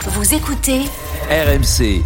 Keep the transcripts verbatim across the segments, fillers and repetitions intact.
Vous écoutez R M C.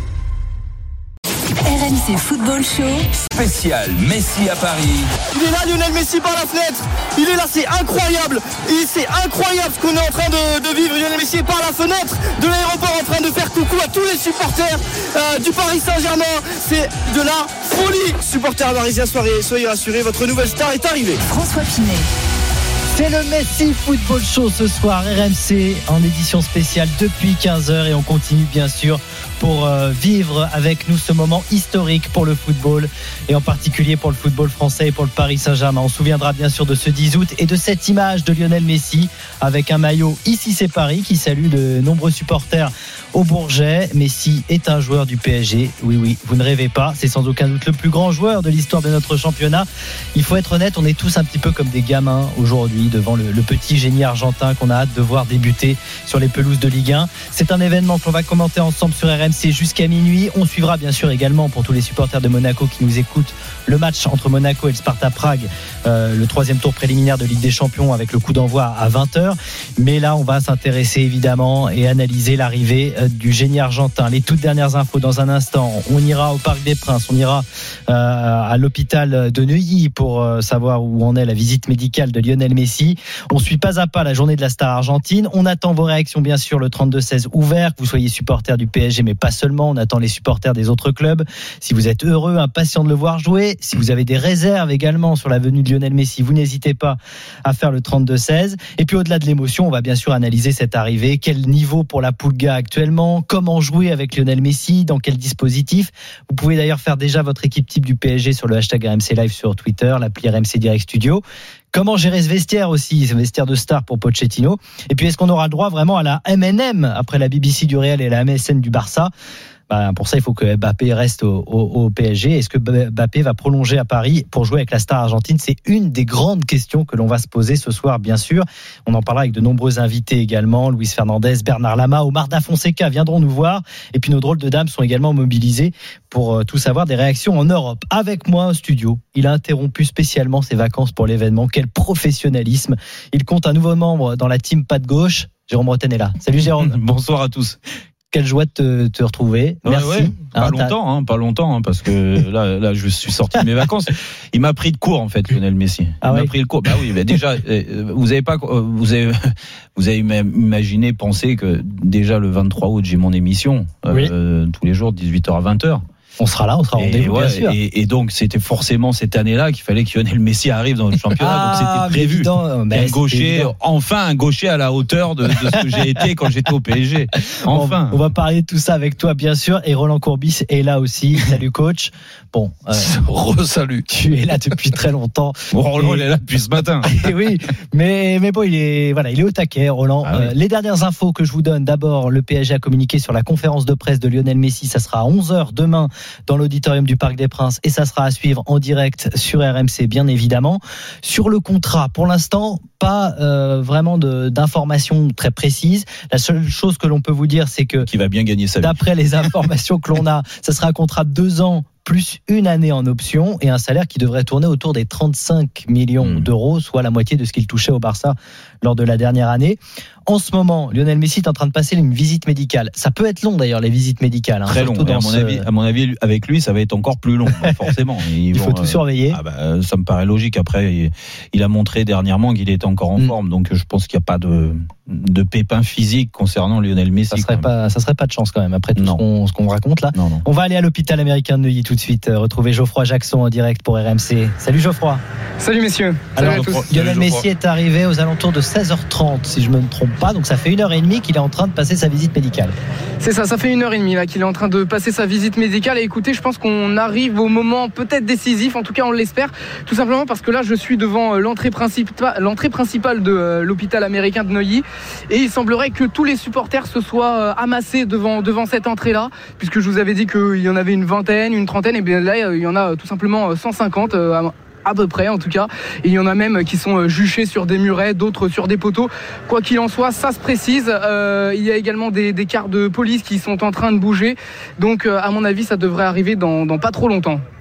R M C Football Show. Spécial Messi à Paris. Il est là, Lionel Messi par la fenêtre. Il est là, c'est incroyable. Et c'est incroyable ce qu'on est en train de, de vivre. Lionel Messi est par la fenêtre de l'aéroport en train de faire coucou à tous les supporters euh, du Paris Saint-Germain. C'est de la folie. Supporters parisiens, soyez, soyez rassurés, votre nouvelle star est arrivée. François Pinet. C'est le Messi Football Show ce soir, R M C en édition spéciale depuis quinze heures et on continue bien sûr pour euh, vivre avec nous ce moment historique pour le football et en particulier pour le football français et pour le Paris Saint-Germain. On se souviendra bien sûr de ce dix août et de cette image de Lionel Messi avec un maillot Ici c'est Paris qui salue de nombreux supporters au Bourget. Messi est un joueur du P S G, oui oui, vous ne rêvez pas, c'est sans aucun doute le plus grand joueur de l'histoire de notre championnat. Il faut être honnête, on est tous un petit peu comme des gamins aujourd'hui devant le, le petit génie argentin qu'on a hâte de voir débuter sur les pelouses de Ligue un. C'est un événement que l'on va commenter ensemble sur R M C jusqu'à minuit. On suivra bien sûr également pour tous les supporters de Monaco qui nous écoutent le match entre Monaco et le Sparta Prague, euh, le troisième tour préliminaire de Ligue des Champions avec le coup d'envoi à vingt heures. Mais là on va s'intéresser évidemment et analyser l'arrivée euh, du génie argentin. Les toutes dernières infos dans un instant. On ira au Parc des Princes, on ira euh, à l'hôpital de Neuilly pour euh, savoir où en est la visite médicale de Lionel Messi. On suit pas à pas la journée de la star argentine. On attend vos réactions bien sûr, le trente-deux seize ouvert, que vous soyez supporter du P S G mais pas seulement, on attend les supporters des autres clubs. Si vous êtes heureux, impatient de le voir jouer, si vous avez des réserves également sur la venue de Lionel Messi, vous n'hésitez pas à faire le trente-deux seize. Et puis au-delà de l'émotion, on va bien sûr analyser cette arrivée, quel niveau pour la Pulga actuellement, comment jouer avec Lionel Messi, dans quel dispositif. Vous pouvez d'ailleurs faire déjà votre équipe type du P S G sur le hashtag R M C Live sur Twitter, l'appli R M C Direct Studio. Comment gérer ce vestiaire aussi, ce vestiaire de star pour Pochettino. Et puis est-ce qu'on aura le droit vraiment à la M and M après la B B C du Real et la M S N du Barça? Ben, pour ça, il faut que Mbappé reste au, au, au P S G. Est-ce que Mbappé va prolonger à Paris pour jouer avec la star argentine? C'est une des grandes questions que l'on va se poser ce soir, bien sûr. On en parlera avec de nombreux invités également. Luis Fernandez, Bernard Lama, Omar Da Fonseca viendront nous voir. Et puis nos drôles de dames sont également mobilisés pour euh, tout savoir des réactions en Europe. Avec moi au studio, il a interrompu spécialement ses vacances pour l'événement. Quel professionnalisme. Il compte un nouveau membre dans la team pas de gauche. Jérôme Roten est là. Salut Jérôme. Bonsoir à tous. Quelle joie de te, te retrouver. Merci. Ouais, ouais. Pas hein, longtemps, hein, pas longtemps, hein, parce que là, là, je suis sorti de mes vacances. Il m'a pris de court en fait, Lionel Messi. Il ah m'a oui. pris le court. Bah oui, bah déjà, vous avez pas, vous avez, vous avez imaginé, pensé que déjà le vingt-trois août, j'ai mon émission oui. euh, tous les jours, dix-huit heures à vingt heures. On sera là, on sera rendez-vous, ouais, bien sûr. Et, et donc, c'était forcément cette année-là qu'il fallait que Lionel Messi arrive dans le championnat. Ah, donc, c'était prévu. Évident, ben, un gaucher, évident. Enfin, un gaucher à la hauteur de, de ce que j'ai été quand j'étais au P S G. Enfin. On, on va parler de tout ça avec toi, bien sûr. Et Roland Courbis est là aussi. Salut, coach. Bon. Euh, Re-salut. Tu es là depuis très longtemps. Bon, Roland, et, il est là depuis ce matin. Oui. Mais, mais bon, il est, voilà, il est au taquet, Roland. Ah, oui. euh, les dernières infos que je vous donne. D'abord, le P S G a communiqué sur la conférence de presse de Lionel Messi. Ça sera à onze heures demain dans l'auditorium du Parc des Princes et ça sera à suivre en direct sur R M C bien évidemment. Sur le contrat, pour l'instant, pas euh, vraiment de, d'informations très précises. La seule chose que l'on peut vous dire, c'est que qui va bien gagner sa vie. D'après les informations que l'on a, ça sera un contrat de deux ans plus une année en option et un salaire qui devrait tourner autour des trente-cinq millions mmh. d'euros, soit la moitié de ce qu'il touchait au Barça lors de la dernière année. En ce moment, Lionel Messi est en train de passer une visite médicale. Ça peut être long d'ailleurs, les visites médicales. Hein, Très long. À mon, ce... avis, à mon avis, avec lui, ça va être encore plus long, forcément. Ils Il faut vont, tout euh... surveiller. Ah bah, ça me paraît logique. Après, il, il a montré dernièrement qu'il était encore en mmh. forme, donc je pense qu'il n'y a pas de, de pépin physique concernant Lionel Messi. Ça serait pas, ça serait pas de chance quand même. Après tout ce qu'on, ce qu'on raconte là. Non, non. On va aller à l'hôpital américain de Neuilly tout de suite. Euh, retrouver Geoffroy Jackson en direct pour R M C. Salut Geoffroy. Salut messieurs. Alors, Salut à tous. Lionel Messi est arrivé aux alentours de seize heures trente, si je me trompe pas. Donc ça fait une heure et demie qu'il est en train de passer sa visite médicale. C'est ça, ça fait une heure et demie là qu'il est en train de passer sa visite médicale. Et écoutez, je pense qu'on arrive au moment peut-être décisif, en tout cas on l'espère, tout simplement parce que là je suis devant l'entrée principale, l'entrée principale de l'hôpital américain de Neuilly et il semblerait que tous les supporters se soient amassés devant, devant cette entrée-là, puisque je vous avais dit qu'il y en avait une vingtaine, une trentaine, et bien là il y en a tout simplement cent cinquante à peu près en tout cas, et il y en a même qui sont juchés sur des murets, d'autres sur des poteaux. Quoi qu'il en soit, ça se précise. Euh, il y a également des, des cars de police qui sont en train de bouger, donc euh, à mon avis ça devrait arriver dans, dans pas trop longtemps.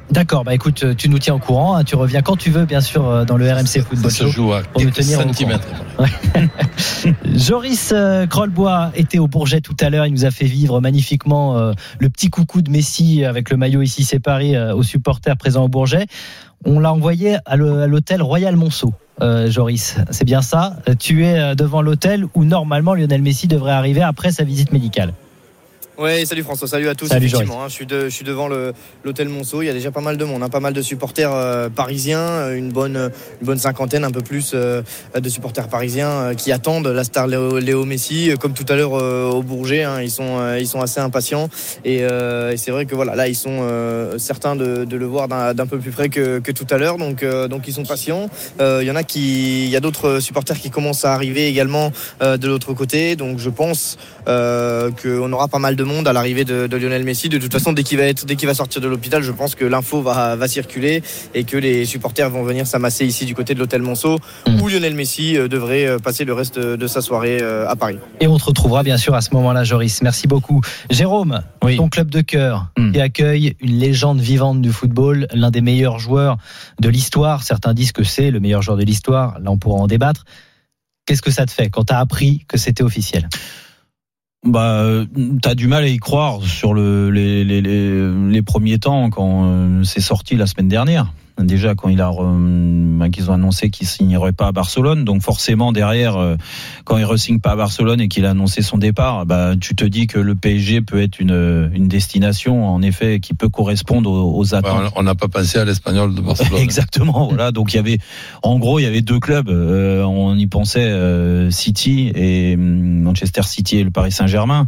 D'accord, bah écoute, tu nous tiens au courant, hein, tu reviens quand tu veux, bien sûr, dans le R M C Football Ça Show. se joue à pour nous tenir centimètres. Ouais. Joris euh, Krollbois était au Bourget tout à l'heure, il nous a fait vivre magnifiquement euh, le petit coucou de Messi avec le maillot ici c'est Paris euh, aux supporters présents au Bourget. On l'a envoyé à, le, à l'hôtel Royal Monceau. Euh, Joris, c'est bien ça. Tu es devant l'hôtel où normalement Lionel Messi devrait arriver après sa visite médicale. Ouais, salut François, salut à tous. Salut Effectivement, hein, je suis de, je suis devant le, l'hôtel Monceau. Il y a déjà pas mal de monde, hein, pas mal de supporters euh, parisiens, une bonne, une bonne cinquantaine, un peu plus euh, de supporters parisiens euh, qui attendent la star Léo, Léo Messi. Comme tout à l'heure euh, au Bourget, hein, ils sont, euh, ils sont assez impatients. Et, euh, et c'est vrai que voilà, là, ils sont euh, certains de, de le voir d'un, d'un peu plus près que, que tout à l'heure. Donc, euh, donc ils sont patients. Euh, il y en a qui, il y a d'autres supporters qui commencent à arriver également euh, de l'autre côté. Donc, je pense euh, qu'on aura pas mal de monde à l'arrivée de, de Lionel Messi. De toute façon, dès qu'il va être, dès qu'il va sortir de l'hôpital, je pense que l'info va, va circuler et que les supporters vont venir s'amasser ici du côté de l'hôtel Monceau, mmh. où Lionel Messi euh, devrait euh, passer le reste de sa soirée euh, à Paris. Et on te retrouvera bien sûr à ce moment-là, Joris. Merci beaucoup. Jérôme, oui. Ton club de cœur mmh. qui accueille une légende vivante du football, l'un des meilleurs joueurs de l'histoire. Certains disent que c'est le meilleur joueur de l'histoire. Là, on pourra en débattre. Qu'est-ce que ça te fait quand tu as appris que c'était officiel ? Bah, t'as du mal à y croire sur le, les, les, les, les premiers temps quand euh, c'est sorti la semaine dernière. Déjà quand il a euh, qu'ils ont annoncé qu'il signerait pas à Barcelone, donc forcément derrière euh, quand il re-signe pas à Barcelone et qu'il a annoncé son départ, bah tu te dis que le P S G peut être une une destination en effet qui peut correspondre aux, aux attentes. Ouais, on n'a pas pensé à l'Espagnol de Barcelone. Exactement, voilà. Donc il y avait en gros il y avait deux clubs, euh, on y pensait euh, City et Manchester City et le Paris Saint-Germain.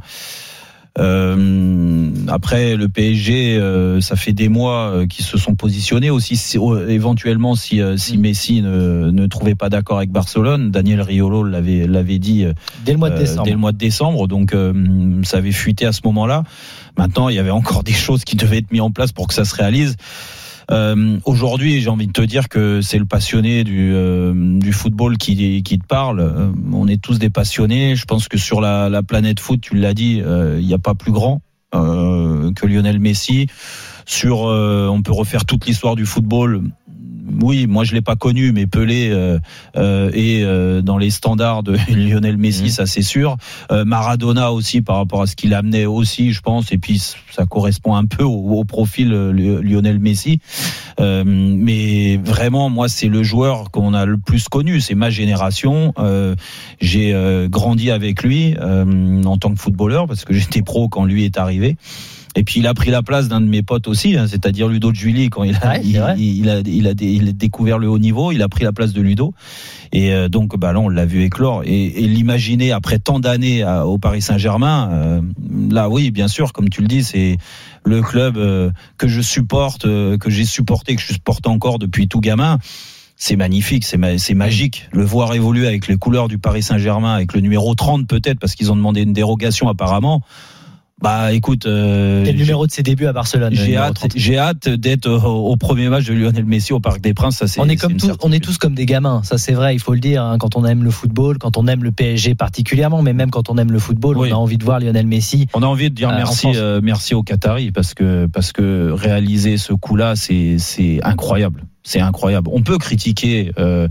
Euh, après le P S G, euh, ça fait des mois euh, qu'ils se sont positionnés aussi. Si, euh, éventuellement, si, euh, si Messi ne, ne trouvait pas d'accord avec Barcelone, Daniel Riolo l'avait, l'avait dit euh, dès le mois de décembre. Euh, dès le mois de décembre. Donc, euh, ça avait fuité à ce moment-là. Maintenant, il y avait encore des choses qui devaient être mises en place pour que ça se réalise. Euh, aujourd'hui, j'ai envie de te dire que c'est le passionné du, euh, du football qui, qui te parle. Euh, on est tous des passionnés. Je pense que sur la, la planète foot, tu l'as dit, il euh, n'y a pas plus grand euh, que Lionel Messi. Sur, euh, on peut refaire toute l'histoire du football. Oui, moi je l'ai pas connu, mais Pelé euh, euh, est euh, dans les standards de Lionel Messi, mmh. ça c'est sûr. Euh, Maradona aussi par rapport à ce qu'il amenait aussi, je pense. Et puis ça correspond un peu au, au profil euh, Lionel Messi. Euh, mais vraiment, moi c'est le joueur qu'on a le plus connu. C'est ma génération. Euh, j'ai euh, grandi avec lui euh, en tant que footballeur parce que j'étais pro quand lui est arrivé. Et puis il a pris la place d'un de mes potes aussi, hein, c'est-à-dire Ludo de Julie quand il a, ouais, il, il, il a, il a, il a découvert le haut niveau, il a pris la place de Ludo. Et euh, donc bah là on l'a vu éclore. Et, et l'imaginer après tant d'années à, au Paris Saint-Germain, euh, là oui bien sûr, comme tu le dis, c'est le club euh, que je supporte, euh, que j'ai supporté, que je supporte encore depuis tout gamin. C'est magnifique, c'est, ma- c'est magique. Le voir évoluer avec les couleurs du Paris Saint-Germain, avec le numéro trente peut-être, parce qu'ils ont demandé une dérogation apparemment. Bah écoute, euh, quel numéro de ses débuts à Barcelone. J'ai hâte, j'ai hâte d'être au, au premier match de Lionel Messi au Parc des Princes. Ça, c'est, on est comme c'est tous, on est tous comme des gamins. Ça c'est vrai, il faut le dire. Hein, quand on aime le football, quand on aime le P S G particulièrement, mais même quand on aime le football, oui. on a envie de voir Lionel Messi. On a envie de dire euh, merci, euh, merci aux Qataris parce que parce que réaliser ce coup-là, c'est c'est incroyable. C'est incroyable. On peut critiquer euh,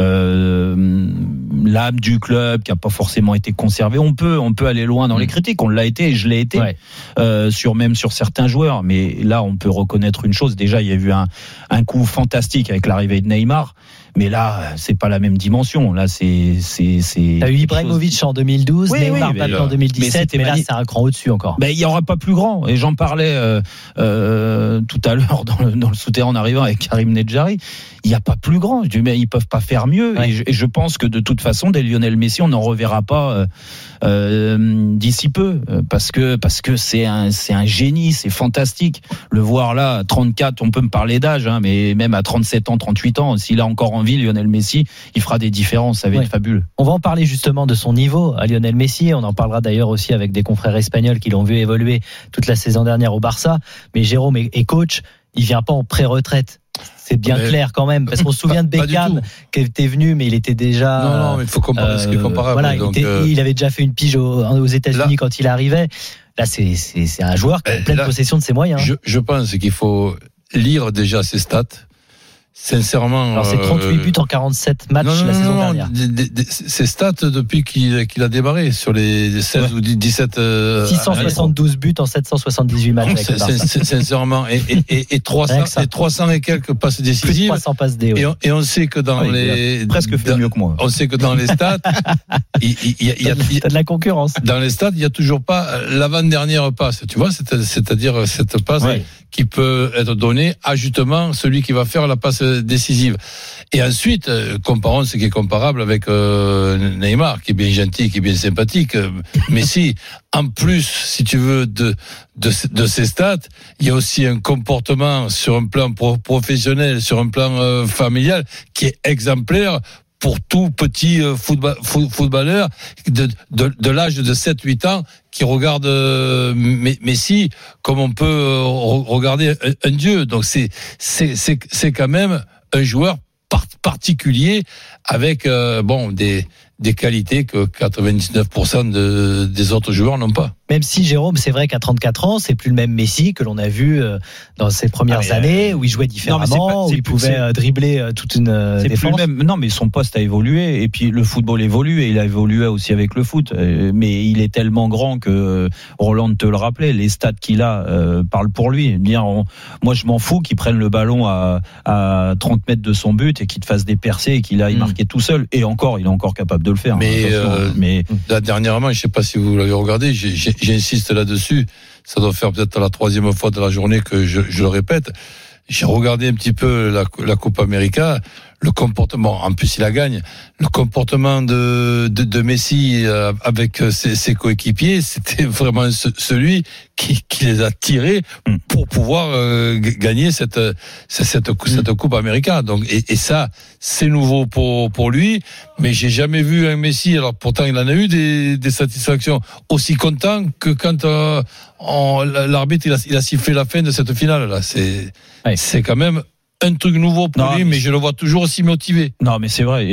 euh, l'âme du club qui a pas forcément été conservée. On peut, on peut aller loin dans les critiques. On l'a été, et je l'ai été ouais. euh, sur même sur certains joueurs. Mais là, on peut reconnaître une chose. Déjà, il y a eu un, un coup fantastique avec l'arrivée de Neymar. Mais là, c'est pas la même dimension. Là, c'est c'est c'est. T'as eu Ibrahimovic chose... en deux mille douze, oui, Neymar oui, en deux mille dix-sept, mais, mais là, mani... c'est un cran au-dessus encore. Ben, il y aura pas plus grand. Et j'en parlais euh, euh, tout à l'heure dans le, dans le souterrain en arrivant avec Karim Nedjari. Il y a pas plus grand. Je dis, mais ils peuvent pas faire mieux. Ouais. Et, je, et je pense que de toute façon, des Lionel Messi, on n'en reverra pas euh, euh, d'ici peu, parce que parce que c'est un c'est un génie, c'est fantastique. Le voir là, à trente-quatre, on peut me parler d'âge, hein, mais même à trente-sept ans, trente-huit ans, s'il a encore envie, Lionel Messi, il fera des différences, ça va ouais. être fabuleux. On va en parler justement de son niveau à Lionel Messi, on en parlera d'ailleurs aussi avec des confrères espagnols qui l'ont vu évoluer toute la saison dernière au Barça, mais Jérôme est coach, il vient pas en pré-retraite. C'est bien mais clair quand même, parce qu'on se souvient de Beckham qui était venu, mais il était déjà. Non, non, mais il faut comparer euh, ce qui est comparable. Voilà, donc, il, était, euh... il avait déjà fait une pige aux, aux États-Unis là, quand il arrivait. Là, c'est, c'est, c'est un joueur qui est en pleine là, possession de ses moyens. Je, je pense qu'il faut lire déjà ses stats. Sincèrement. Alors, c'est trente-huit euh, buts en quarante-sept matchs non, non, la non, saison non, dernière. des, des, des, ses stats depuis qu'il, qu'il a démarré sur les seize ouais. ou dix-sept. Euh, six cent soixante-douze buts en sept cent soixante-dix-huit matchs. Avec le Barça. C'est, sincèrement. Et, et, et, et, trois cents, et trois cents et quelques passes décisives. Plus de trois cents passes D. Ouais. Et, on, et on sait que dans ah, les. Il a presque fait dans, mieux que moi. On sait que dans les stats. il, il, il, il y a, il, t'as de la concurrence. Dans les stats, il n'y a toujours pas l'avant-dernière passe. Tu vois, c'est, c'est-à-dire cette passe ouais. qui peut être donnée à justement celui qui va faire la passe décisive. Et ensuite, comparons ce qui est comparable avec euh, Neymar, qui est bien gentil, qui est bien sympathique. Messi, en plus, si tu veux, de, de, de ses stats, il y a aussi un comportement sur un plan pro- professionnel, sur un plan euh, familial, qui est exemplaire pour tout petit football, footballeur de, de, de l'âge de sept huit ans qui regarde euh, Messi comme on peut euh, regarder un, un dieu. Donc c'est, c'est, c'est, c'est quand même un joueur particulier avec euh, bon des des qualités que quatre-vingt-dix-neuf pour cent de, des autres joueurs n'ont pas. Même si Jérôme, c'est vrai qu'à trente-quatre ans, c'est plus le même Messi que l'on a vu dans ses premières ah années euh, où il jouait différemment, non, pas, où il pouvait c'est, dribbler toute une c'est défense. Plus le même. Non, mais son poste a évolué et puis le football évolue et il a évolué aussi avec le foot. Mais il est tellement grand que Roland te le rappelait, les stats qu'il a euh, parlent pour lui. Dire, on, moi, je m'en fous qu'il prenne le ballon à, à trente mètres de son but et qu'il te fasse des percées et qu'il aille mmh. marquer tout seul. Et encore, il est encore capable de le faire. Mais, hein, euh, mais... Là, dernièrement, je ne sais pas si vous l'avez regardé, j'ai, j'ai, j'insiste là-dessus. Ça doit faire peut-être la troisième fois de la journée que je, je le répète. J'ai regardé un petit peu la, la Coupe América. Le comportement, en plus il la gagne, le comportement de, de, de Messi euh, avec ses, ses coéquipiers, c'était vraiment ce, celui qui, qui les a tirés pour pouvoir euh, gagner cette, cette, cette, cette Coupe América. Donc, et, et ça, c'est nouveau pour, pour lui, mais j'ai jamais vu un Messi, alors pourtant il en a eu des, des satisfactions, aussi content que quand euh, on, l'arbitre il a, il a sifflé la fin de cette finale là. C'est, ouais. c'est quand même un truc nouveau pour non, lui, mais je le vois toujours aussi motivé. Non, mais c'est vrai. Et,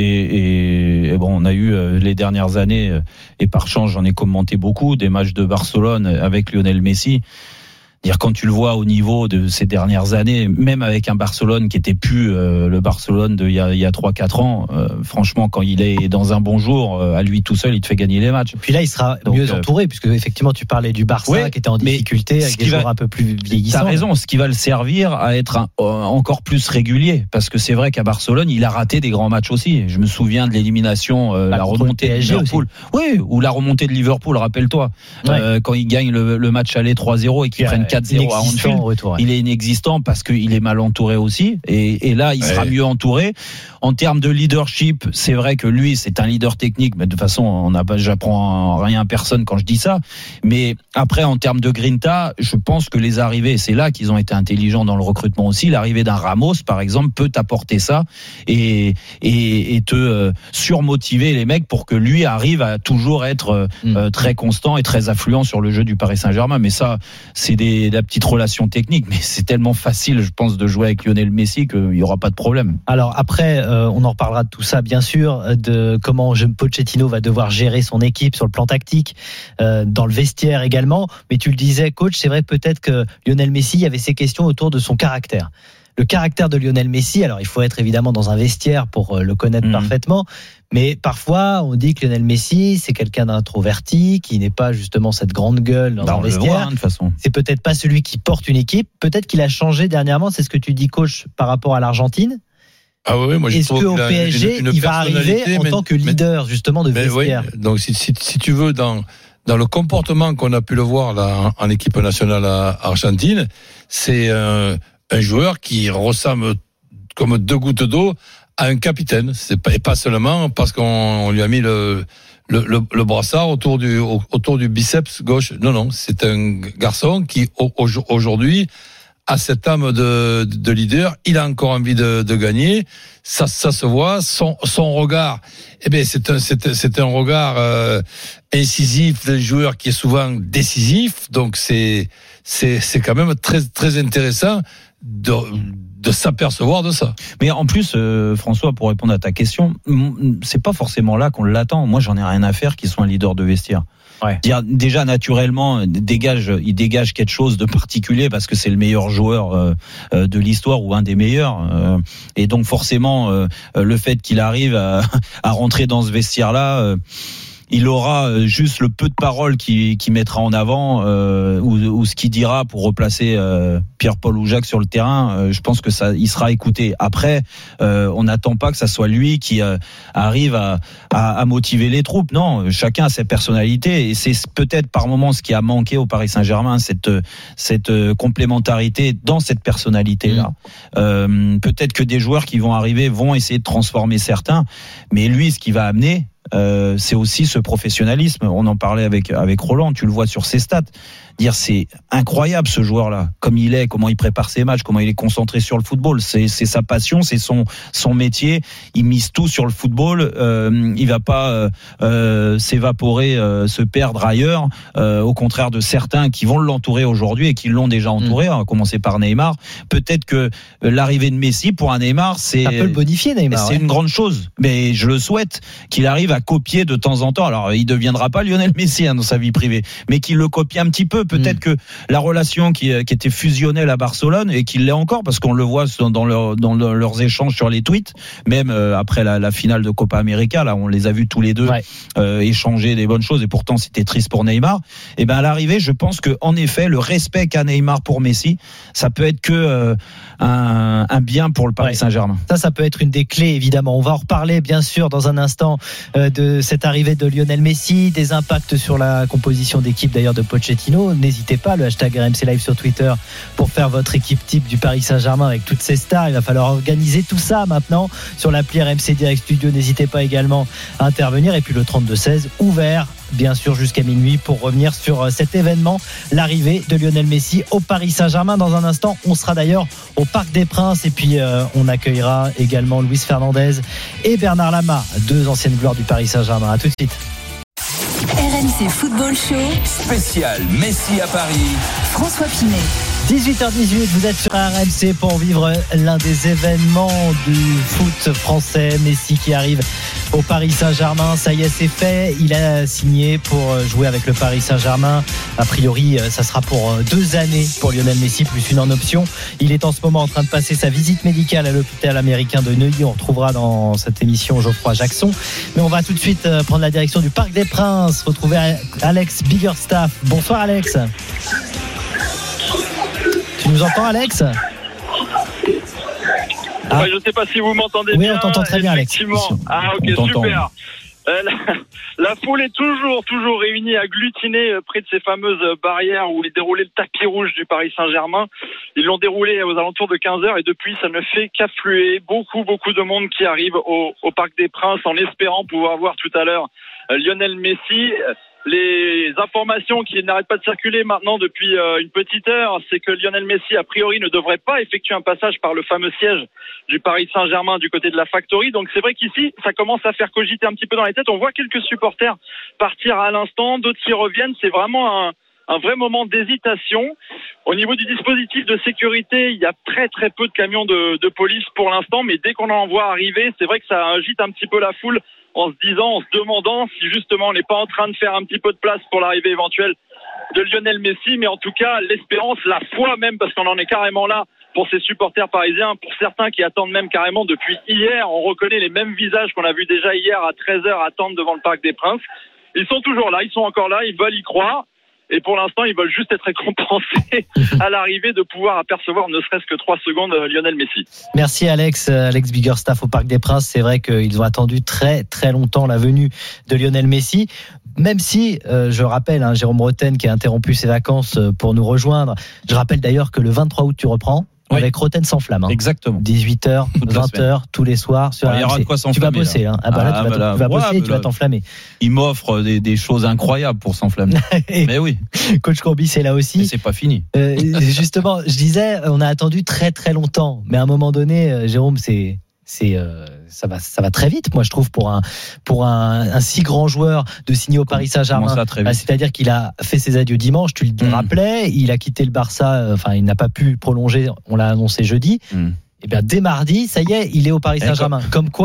et, et bon, on a eu euh, les dernières années, euh, et par chance, j'en ai commenté beaucoup, des matchs de Barcelone avec Lionel Messi. Dire quand tu le vois au niveau de ces dernières années, même avec un Barcelone qui était plus euh, le Barcelone de il y a, il y a trois quatre ans, euh, franchement, quand il est dans un bon jour, euh, à lui tout seul, il te fait gagner les matchs. Puis là, il sera Donc, mieux euh, entouré, puisque effectivement, tu parlais du Barça ouais, qui était en difficulté avec des va, joueurs un peu plus vieillissants. T'as raison, ce qui va le servir à être un, euh, encore plus régulier, parce que c'est vrai qu'à Barcelone, il a raté des grands matchs aussi. Je me souviens de l'élimination, euh, la remontée de Liverpool. Oui, ou la remontée de Liverpool, rappelle-toi, ouais. euh, quand il gagne le, le match aller trois zéro et qu'ils prennent quatre zéro à Anfield. Retour, ouais. Il est inexistant parce qu'il est mal entouré aussi, et, et là il sera ouais. mieux entouré. En termes de leadership, c'est vrai que lui c'est un leader technique, mais de toute façon on n'a pas, j'apprends rien à personne quand je dis ça. Mais après en termes de grinta, je pense que les arrivées, c'est là qu'ils ont été intelligents dans le recrutement aussi. L'arrivée d'un Ramos par exemple peut t'apporter ça et et, et te euh, surmotiver les mecs pour que lui arrive à toujours être euh, mmh. très constant et très affluent sur le jeu du Paris Saint-Germain. Mais ça c'est des la petite relation technique, mais c'est tellement facile, je pense, de jouer avec Lionel Messi qu'il n'y aura pas de problème. Alors après, euh, on en reparlera de tout ça, bien sûr, de comment Pochettino va devoir gérer son équipe sur le plan tactique, euh, dans le vestiaire également. Mais tu le disais, coach, c'est vrai peut-être que Lionel Messi, il y avait ces questions autour de son caractère. Le caractère de Lionel Messi, alors il faut être évidemment dans un vestiaire pour le connaître mmh. parfaitement, mais parfois on dit que Lionel Messi c'est quelqu'un d'introverti, qui n'est pas justement cette grande gueule dans bah, un vestiaire. Voit, hein, de toute façon. C'est peut-être pas celui qui porte une équipe, peut-être qu'il a changé dernièrement, c'est ce que tu dis coach par rapport à l'Argentine. Ah oui, moi je Est-ce trouve qu'au P S G une, une il va arriver en mais, tant que leader mais, justement de vestiaire oui, donc si, si, si tu veux dans dans le comportement qu'on a pu le voir là en, en équipe nationale argentine, c'est euh, un joueur qui ressemble comme deux gouttes d'eau à un capitaine. C'est pas, et pas seulement parce qu'on on lui a mis le, le, le, le brassard autour du, autour du biceps gauche. Non, non, c'est un garçon qui, aujourd'hui, a cette âme de, de leader. Il a encore envie de, de gagner. Ça, ça se voit. Son, son regard, eh ben, c'est un, c'est, c'est un regard euh, incisif d'un joueur qui est souvent décisif. Donc, c'est, c'est, c'est quand même très, très intéressant de, de s'apercevoir de ça. Mais en plus, euh, François, pour répondre à ta question, c'est pas forcément là qu'on l'attend. Moi, j'en ai rien à faire qu'il soit un leader de vestiaire. Ouais. Dire, déjà naturellement, dégage, il dégage quelque chose de particulier parce que c'est le meilleur joueur euh, de l'histoire ou un des meilleurs. Euh, et donc forcément, euh, le fait qu'il arrive à, à rentrer dans ce vestiaire-là. Euh, il aura juste le peu de paroles qu'il, qu'il mettra en avant euh, ou, ou ce qu'il dira pour replacer euh, Pierre-Paul Oujac sur le terrain. Euh, je pense que ça, il sera écouté. Après, euh, on n'attend pas que ça soit lui qui euh, arrive à, à, à motiver les troupes. Non, chacun a ses personnalités et c'est peut-être par moments ce qui a manqué au Paris Saint-Germain, cette cette complémentarité dans cette personnalité-là. Mmh. Euh, peut-être que des joueurs qui vont arriver vont essayer de transformer certains, mais lui, ce qu'il va amener. Euh, c'est aussi ce professionnalisme. On en parlait avec avec Roland. Tu le vois sur ses stats. Dire c'est incroyable ce joueur-là, comme il est, comment il prépare ses matchs, comment il est concentré sur le football. C'est c'est sa passion, c'est son son métier. Il mise tout sur le football. Euh, il va pas euh, s'évaporer, euh, se perdre ailleurs. Euh, au contraire de certains qui vont l'entourer aujourd'hui et qui l'ont déjà entouré, mmh. à commencer par Neymar. Peut-être que l'arrivée de Messi pour un Neymar, c'est ça peut le bonifier Neymar. C'est ouais. une grande chose, mais je le souhaite qu'il arrive à copier de temps en temps. Alors il deviendra pas Lionel Messi hein, dans sa vie privée, mais qu'il le copie un petit peu. Peut-être mmh. que la relation qui, qui était fusionnelle à Barcelone et qu'il l'est encore parce qu'on le voit dans, leur, dans leur, leurs échanges sur les tweets, même euh, après la, la finale de Copa América, là on les a vus tous les deux ouais. euh, échanger des bonnes choses et pourtant c'était triste pour Neymar. Et ben à l'arrivée, je pense que en effet le respect qu'a Neymar pour Messi, ça peut être que euh, un, un bien pour le Paris ouais. Saint-Germain. Ça, ça peut être une des clés évidemment. On va en reparler bien sûr dans un instant euh, de cette arrivée de Lionel Messi, des impacts sur la composition d'équipe d'ailleurs de Pochettino. N'hésitez pas, le hashtag R M C Live sur Twitter pour faire votre équipe type du Paris Saint-Germain avec toutes ces stars. Il va falloir organiser tout ça maintenant sur l'appli R M C Direct Studio. N'hésitez pas également à intervenir. Et puis le trente-deux seize ouvert bien sûr jusqu'à minuit pour revenir sur cet événement, l'arrivée de Lionel Messi au Paris Saint-Germain. Dans un instant, on sera d'ailleurs au Parc des Princes et puis euh, on accueillera également Luis Fernandez et Bernard Lama, deux anciennes gloires du Paris Saint-Germain. À tout de suite. R M C Football Show spécial Messi à Paris. François Pinet. dix-huit heures dix-huit, vous êtes sur R M C pour vivre l'un des événements du foot français. Messi qui arrive au Paris Saint-Germain, ça y est, c'est fait. Il a signé pour jouer avec le Paris Saint-Germain. A priori, ça sera pour deux années pour Lionel Messi, plus une en option. Il est en ce moment en train de passer sa visite médicale à l'hôpital américain de Neuilly. On retrouvera dans cette émission Geoffroy Jackson. Mais on va tout de suite prendre la direction du Parc des Princes, retrouver Alex Biggerstaff. Bonsoir Alex. Tu nous entends Alex ? Ah. Ouais, je ne sais pas si vous m'entendez oui, bien. Oui, on t'entend très bien, Alex. Ah, ok, super. Euh, la, la foule est toujours, toujours réunie, agglutinée près de ces fameuses barrières où est déroulé le tapis rouge du Paris Saint-Germain. Ils l'ont déroulé aux alentours de quinze heures et depuis, ça ne fait qu'affluer. Beaucoup, beaucoup de monde qui arrive au, au Parc des Princes en espérant pouvoir voir tout à l'heure Lionel Messi. Les informations qui n'arrêtent pas de circuler maintenant depuis euh, une petite heure, c'est que Lionel Messi, a priori, ne devrait pas effectuer un passage par le fameux siège du Paris Saint-Germain du côté de la Factory. Donc c'est vrai qu'ici, ça commence à faire cogiter un petit peu dans les têtes. On voit quelques supporters partir à l'instant, d'autres qui reviennent. C'est vraiment un, un vrai moment d'hésitation. Au niveau du dispositif de sécurité, il y a très très peu de camions de, de police pour l'instant, mais dès qu'on en voit arriver, c'est vrai que ça agite un petit peu la foule en se disant, en se demandant si justement on n'est pas en train de faire un petit peu de place pour l'arrivée éventuelle de Lionel Messi, mais en tout cas l'espérance, la foi même, parce qu'on en est carrément là pour ces supporters parisiens, pour certains qui attendent même carrément depuis hier. On reconnaît les mêmes visages qu'on a vus déjà hier à treize heures attendre devant le Parc des Princes. Ils sont toujours là, ils sont encore là, ils veulent y croire. Et pour l'instant, ils veulent juste être récompensés à l'arrivée de pouvoir apercevoir ne serait-ce que trois secondes Lionel Messi. Merci Alex, Alex Biggerstaff au Parc des Princes. C'est vrai qu'ils ont attendu très très longtemps la venue de Lionel Messi. Même si, euh, je rappelle, hein, Jérôme Roten qui a interrompu ses vacances pour nous rejoindre. Je rappelle d'ailleurs que le vingt-trois août, tu reprends. Oui. Avec Roten sans flamme. Hein. Exactement. dix-huit heures, vingt heures, tous les soirs. Sur Alors, il y aura de quoi s'enflammer. Tu vas bosser. Hein. Ah bah là, ah, tu vas, bah tu vas bosser ouais, et tu vas t'enflammer. Il m'offre des, des choses incroyables pour s'enflammer. Mais oui. Coach Courbis est là aussi. Mais c'est pas fini. Euh, justement, je disais, on a attendu très très longtemps. Mais à un moment donné, euh, Jérôme, c'est... c'est euh, ça va ça va très vite, moi je trouve, pour un pour un, un si grand joueur de signer au Paris Saint-Germain. Ah, c'est-à-dire qu'il a fait ses adieux dimanche, tu le mmh. rappelais, il a quitté le Barça, enfin il n'a pas pu prolonger, on l'a annoncé jeudi. Mmh. Et bien dès mardi, ça y est, il est au Paris Saint-Germain. Comme quoi,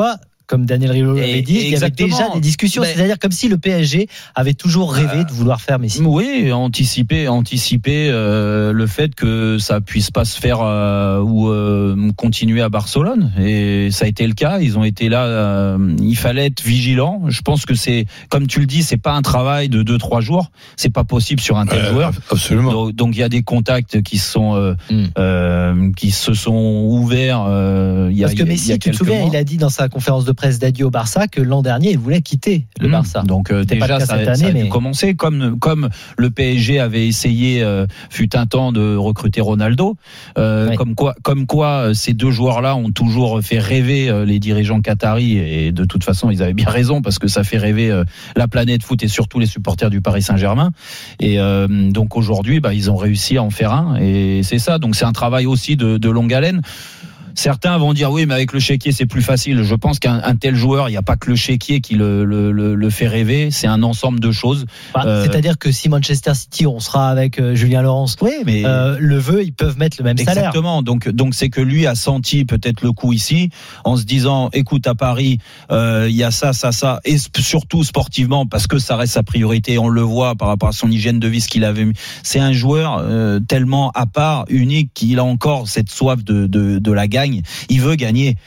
comme Daniel Riolo l'avait Et- dit, il y avait exactement. déjà des discussions. Mais- C'est-à-dire comme si le P S G avait toujours rêvé Euh, de vouloir faire Messi. Oui, anticiper, anticiper euh, le fait que ça puisse pas se faire euh, ou euh, continuer à Barcelone. Et ça a été le cas. Ils ont été là. Euh, il fallait être vigilant. Je pense que c'est, comme tu le dis, c'est pas un travail de deux trois jours. C'est pas possible sur un tel Euh, joueur. Absolument. Donc, donc il y a des contacts qui sont euh, Mm. euh, qui se sont ouverts. Euh, il y a, Parce que il y a- il y Messi, a tu te quelques souviens, mois. il a dit dans sa conférence de presse d'adieu au Barça que l'an dernier, il voulait quitter le Mmh. Barça. Donc euh, C'était pas déjà le cas ça, cette ça année, a dû mais- commencer comme comme le P S G avait essayé euh, fut un temps de recruter Ronaldo. Euh, Ouais. Comme quoi comme quoi euh, ces deux joueurs-là ont toujours fait rêver euh, les dirigeants qataris et de toute façon ils avaient bien raison parce que ça fait rêver euh, la planète foot et surtout les supporters du Paris Saint-Germain. Et euh, donc aujourd'hui bah, ils ont réussi à en faire un et c'est ça. Donc c'est un travail aussi de, de longue haleine. Certains vont dire oui, mais avec le chéquier c'est plus facile. Je pense qu'un un tel joueur, il n'y a pas que le chéquier qui le, le, le, le fait rêver. C'est un ensemble de choses. Enfin, Euh, C'est-à-dire que si Manchester City, on sera avec euh, Julien Laurence, Oui, mais euh, le veut, ils peuvent mettre le même salaire. exactement. Donc donc c'est que lui a senti peut-être le coup ici en se disant écoute à Paris euh, il y a ça ça ça et sp- surtout sportivement parce que ça reste sa priorité. On le voit par rapport à son hygiène de vie ce qu'il avait mis. C'est un joueur euh, tellement à part, unique qu'il a encore cette soif de de, de la gagne. Il veut gagner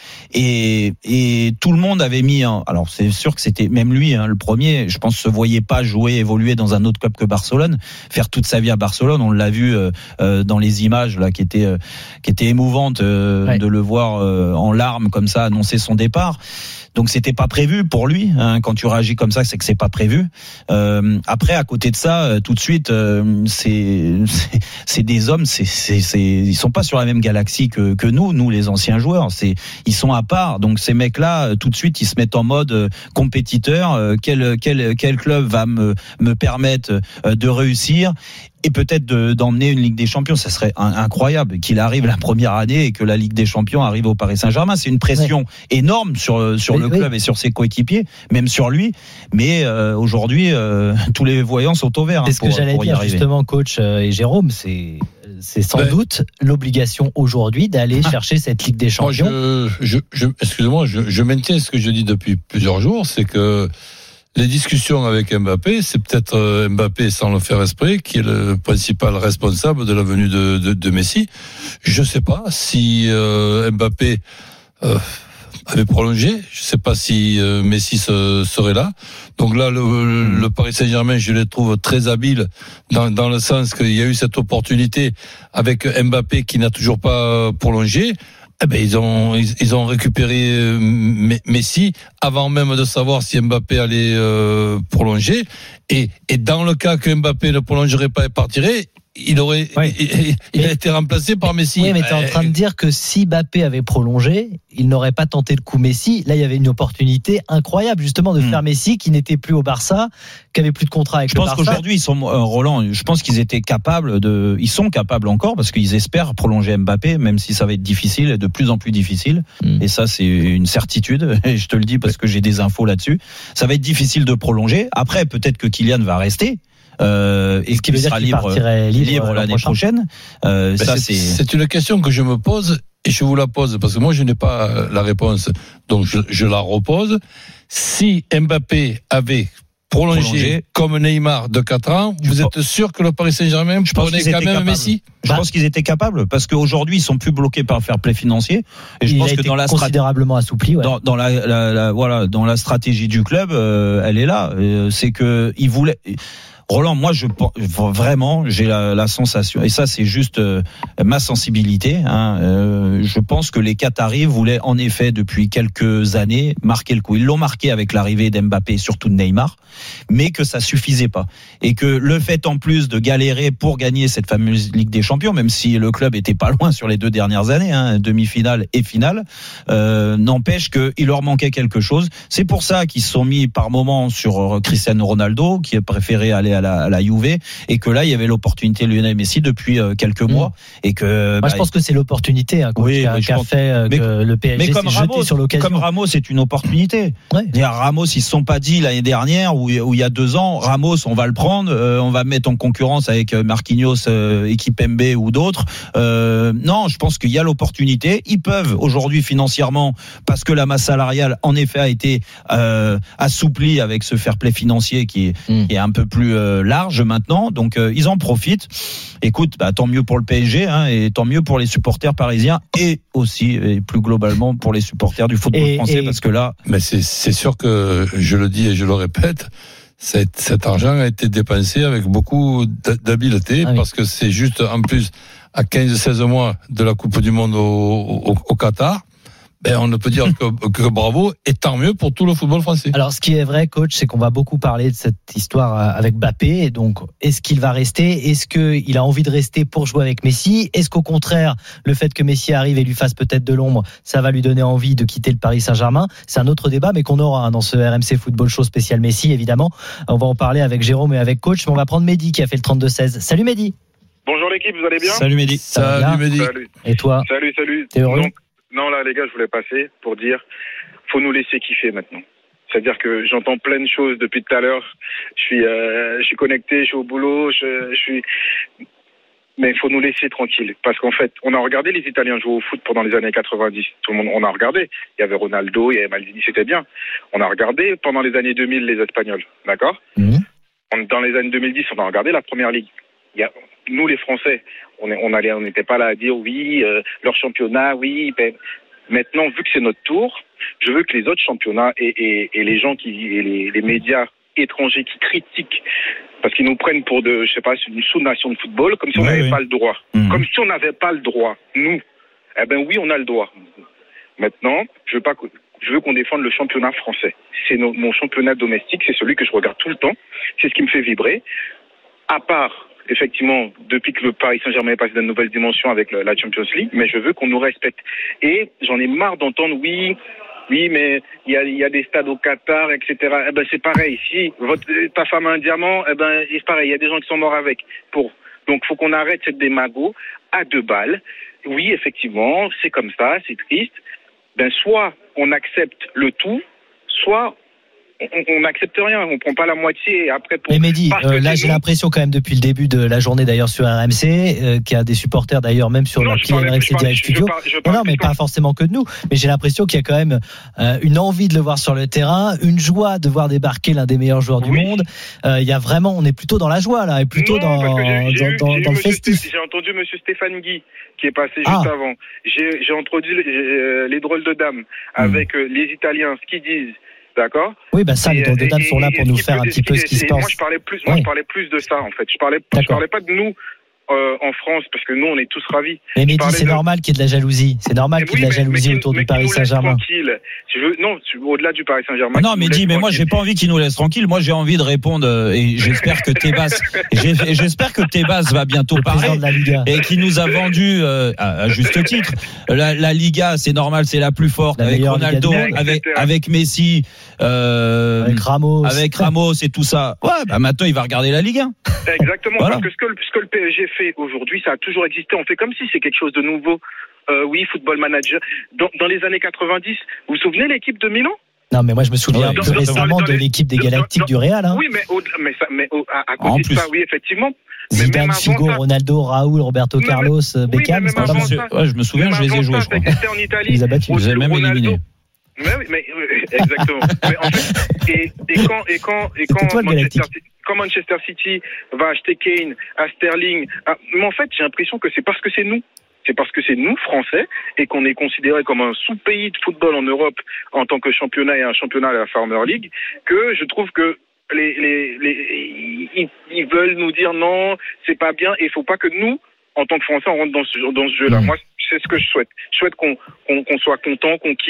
et et tout le monde avait mis un, alors c'est sûr que c'était même lui hein, le premier. Je pense se voyait pas jouer évoluer dans un autre club que Barcelone, faire toute sa vie à Barcelone. On l'a vu euh, euh, dans les images là qui étaient euh, qui étaient émouvantes euh, Ouais. de le voir euh, en larmes comme ça annoncer son départ. Donc c'était pas prévu pour lui. Hein. Quand tu réagis comme ça, c'est que c'est pas prévu. Euh, après, à côté de ça, euh, tout de suite, euh, c'est, c'est c'est des hommes. C'est c'est c'est ils sont pas sur la même galaxie que que nous, nous les anciens joueurs. C'est ils sont à part. Donc ces mecs-là, euh, tout de suite, ils se mettent en mode euh, compétiteur. Euh, quel quel quel club va me me permettre euh, de réussir? Et peut-être de, d'emmener une Ligue des Champions, ça serait un, incroyable qu'il arrive la première année et que la Ligue des Champions arrive au Paris Saint-Germain. C'est une pression ouais. énorme sur sur oui, le oui. club et sur ses coéquipiers, même sur lui. Mais euh, aujourd'hui, euh, tous les voyants sont au vert. C'est hein, ce pour, que j'allais pour y dire arriver. justement, coach euh, et Jérôme. C'est c'est sans Ben, doute l'obligation aujourd'hui d'aller ah, chercher cette Ligue des Champions. Moi, je, je, je, excusez-moi, je, je maintiens ce que je dis depuis plusieurs jours, c'est que les discussions avec Mbappé, c'est peut-être Mbappé, sans le faire exprès, qui est le principal responsable de la venue de, de, de Messi. Je ne sais pas si euh, Mbappé euh, avait prolongé. Je ne sais pas si euh, Messi se, serait là. Donc là, le, le, le Paris Saint-Germain, je les trouve très habiles dans, dans le sens qu'il y a eu cette opportunité avec Mbappé qui n'a toujours pas prolongé. Eh ben, ils ont ils, ils ont récupéré Messi avant même de savoir si Mbappé allait euh, prolonger et et dans le cas que Mbappé ne prolongerait pas et partirait, il aurait oui. il, il a été remplacé par Messi. Oui, mais tu es en train de dire que si Mbappé avait prolongé, il n'aurait pas tenté le coup Messi. Là, il y avait une opportunité incroyable justement de mmh. faire Messi qui n'était plus au Barça, qui avait plus de contrat avec je le Barça. Je pense qu'aujourd'hui ils sont euh, Roland, je pense qu'ils étaient capables de ils sont capables encore parce qu'ils espèrent prolonger Mbappé même si ça va être difficile et de plus en plus difficile mmh. et ça c'est une certitude et je te le dis parce que j'ai des infos là-dessus. Ça va être difficile de prolonger. Après peut-être que Kylian va rester. Euh, et qui sera libre, libre, libre l'année prochaine. Euh, ben ça, c'est, c'est... c'est une question que je me pose et je vous la pose parce que moi je n'ai pas la réponse, donc je, je la repose. Si Mbappé avait prolongé, prolongé comme Neymar de quatre ans, je vous êtes pense... sûr que le Paris Saint-Germain prenait quand même capables. Messi? Je bah, pense qu'ils étaient capables parce qu'aujourd'hui ils sont plus bloqués par le fair play financier. Et je il pense a que été dans la considérablement strat... assoupli. Ouais. Dans, dans la, la, la voilà, dans la stratégie du club, euh, elle est là. Euh, c'est que ils voulaient. Roland, moi, je vraiment, j'ai la, la sensation, et ça, c'est juste euh, ma sensibilité. Hein, euh, je pense que les Qataris voulaient, en effet, depuis quelques années, marquer le coup. Ils l'ont marqué avec l'arrivée d'Mbappé, surtout de Neymar, mais que ça suffisait pas, et que le fait en plus de galérer pour gagner cette fameuse Ligue des Champions, même si le club était pas loin sur les deux dernières années, hein, demi-finale et finale, euh, n'empêche qu'il leur manquait quelque chose. C'est pour ça qu'ils se sont mis par moments sur Cristiano Ronaldo, qui a préféré aller à à la, à la Juve, et que là il y avait l'opportunité de Lionel Messi depuis euh, quelques mmh. mois, et que moi bah, je pense que c'est l'opportunité hein, oui, qui a, oui, qui a pense... fait euh, mais, que le P S G mais comme s'est Ramos, jeté sur l'occasion. Comme Ramos, c'est une opportunité. Ouais. Ramos, ils se sont pas dit l'année dernière ou il y a deux ans, Ramos, on va le prendre, euh, on va mettre en concurrence avec Marquinhos, euh, équipe M B ou d'autres. Euh, non, je pense qu'il y a l'opportunité. Ils peuvent aujourd'hui financièrement, parce que la masse salariale en effet a été euh, assouplie avec ce fair play financier qui est, mmh. qui est un peu plus euh, large maintenant. Donc euh, ils en profitent. Écoute, bah, tant mieux pour le P S G hein, et tant mieux pour les supporters parisiens et aussi et plus globalement pour les supporters du football et, français et... parce que là, mais c'est, c'est sûr que je le dis et je le répète. Cet, cet argent a été dépensé avec beaucoup d'habileté ah oui. parce que c'est juste en plus à quinze seize mois de la Coupe du Monde au, au, au Qatar. Ben, on ne peut dire que, que bravo et tant mieux pour tout le football français. Alors, ce qui est vrai, coach, c'est qu'on va beaucoup parler de cette histoire avec Mbappé. Et donc, est-ce qu'il va rester? Est-ce qu'il a envie de rester pour jouer avec Messi? Est-ce qu'au contraire, le fait que Messi arrive et lui fasse peut-être de l'ombre, ça va lui donner envie de quitter le Paris Saint-Germain? C'est un autre débat, mais qu'on aura dans ce R M C Football Show spécial Messi, évidemment. On va en parler avec Jérôme et avec coach, mais on va prendre Mehdi qui a fait le trente-deux seize. Salut Mehdi. Bonjour l'équipe, vous allez bien? Salut Mehdi. Salut Mehdi. Salut. Et toi? Salut, salut. T'es heureux? Donc, non, là, les gars, je voulais passer pour dire, faut nous laisser kiffer maintenant. C'est-à-dire que j'entends plein de choses depuis tout à l'heure. Je suis, euh, je suis connecté, je suis au boulot, je, je suis. Mais il faut nous laisser tranquilles. Parce qu'en fait, on a regardé les Italiens jouer au foot pendant les années quatre-vingt-dix. Tout le monde, on a regardé. Il y avait Ronaldo, il y avait Maldini, c'était bien. On a regardé pendant les années deux mille les Espagnols, d'accord ? Mmh. Dans les années deux mille dix, on a regardé la Première Ligue. Il y a, nous, les Français, on, est, on allait, on n'était pas là à dire oui, euh, leur championnat, oui. Ben, maintenant, vu que c'est notre tour, je veux que les autres championnats et, et, et les gens qui, et les, les médias étrangers qui critiquent, parce qu'ils nous prennent pour de, je sais pas, une sous-nation de football, comme si on n'avait oui, oui. pas le droit. Mmh. Comme si on n'avait pas le droit. Nous, eh ben oui, on a le droit. Maintenant, je veux pas que, je veux qu'on défende le championnat français. C'est no, mon championnat domestique, c'est celui que je regarde tout le temps. C'est ce qui me fait vibrer. À part, effectivement, depuis que le Paris Saint-Germain est passé dans une nouvelle dimension avec la Champions League, mais je veux qu'on nous respecte. Et j'en ai marre d'entendre, oui, oui, mais il y a, y a des stades au Qatar, et cetera. Eh ben, c'est pareil. Si votre, ta femme a un diamant, eh ben, c'est pareil. Il y a des gens qui sont morts avec. Pour. Donc, faut qu'on arrête cette démago à deux balles. Oui, effectivement, c'est comme ça, c'est triste. Ben, soit on accepte le tout, soit on n'accepte rien, on prend pas la moitié et après pour. Mais Mehdi, euh, là j'ai nous... l'impression quand même depuis le début de la journée d'ailleurs sur R M C, euh, qu'il y a des supporters d'ailleurs même sur non, l'appli R M C Direct Studio. Je parle, je parle non, non mais pas forcément que de nous, mais j'ai l'impression qu'il y a quand même euh, une envie de le voir sur le terrain, une joie de voir débarquer l'un des meilleurs joueurs du oui. monde. Euh, il y a vraiment, on est plutôt dans la joie là, et plutôt non, dans, j'ai, j'ai dans, eu, dans, dans le festif. Sté- j'ai entendu Monsieur Stéphane Guy qui est passé ah. juste avant. J'ai, j'ai entendu les, euh, les drôles de dames avec mmh. les Italiens, ce qu'ils disent. D'accord. Oui, bah ça, et, les drôles de dames sont là pour nous faire un petit peu ce qui se passe. Moi, je parlais plus. Moi, ouais. je parlais plus de ça, en fait. Je parlais. D'accord. Je parlais pas de nous euh, en France, parce que nous, on est tous ravis. Mais Mehdi, c'est de... normal qu'il y ait de la jalousie. C'est normal qu'il y ait de la jalousie mais, autour mais, du Paris Saint-Germain. Tranquille. Je veux... Non, au-delà du Paris Saint-Germain. Ah non, Mehdi, mais moi, j'ai pas envie qu'il nous laisse tranquille. Moi, j'ai envie de répondre et j'espère que Tebas, j'espère que Tebas va bientôt parler et qui nous a vendu euh, à, à juste titre la, la Liga. C'est normal, c'est la plus forte la avec Ronaldo, avec avec Messi, euh, avec Ramos, avec Ramos et tout ça. Ouais, bah maintenant, il va regarder la Ligue un. Exactement. Voilà. Parce que ce que, ce que le P S G fait aujourd'hui, ça a toujours existé. On fait comme si c'est quelque chose de nouveau. Euh, oui, football manager. Dans, dans les années quatre-vingt-dix, vous vous souvenez l'équipe de Milan ? Non, mais moi je me souviens dans, plus dans, récemment dans les, de l'équipe des Galactiques dans, du Real. Hein. Oui, mais, au, mais, ça, mais au, à, à côté de ça, oui, effectivement. Zidane, Figo, ça, Ronaldo, Raoul, Roberto mais, Carlos, mais, Beckham. Oui, c'est pas ça, ouais, je me souviens, je les ai joués, je crois. C'était en Italie. Ils abattus. Vous avez même éliminé. Mais oui, mais exactement. mais en fait, et, et quand et quand et quand toi, Manchester, quand Manchester City va acheter Kane, à Sterling, à, mais en fait, j'ai l'impression que c'est parce que c'est nous. C'est parce que c'est nous, Français, et qu'on est considéré comme un sous-pays de football en Europe en tant que championnat et un championnat à la Farmer League, que je trouve que les, les, les, ils, ils veulent nous dire non, c'est pas bien, et il faut pas que nous, en tant que Français, on rentre dans ce, dans ce jeu-là. Mmh. Moi, c'est ce que je souhaite. Je souhaite qu'on, qu'on, qu'on soit content, qu'on kiffe.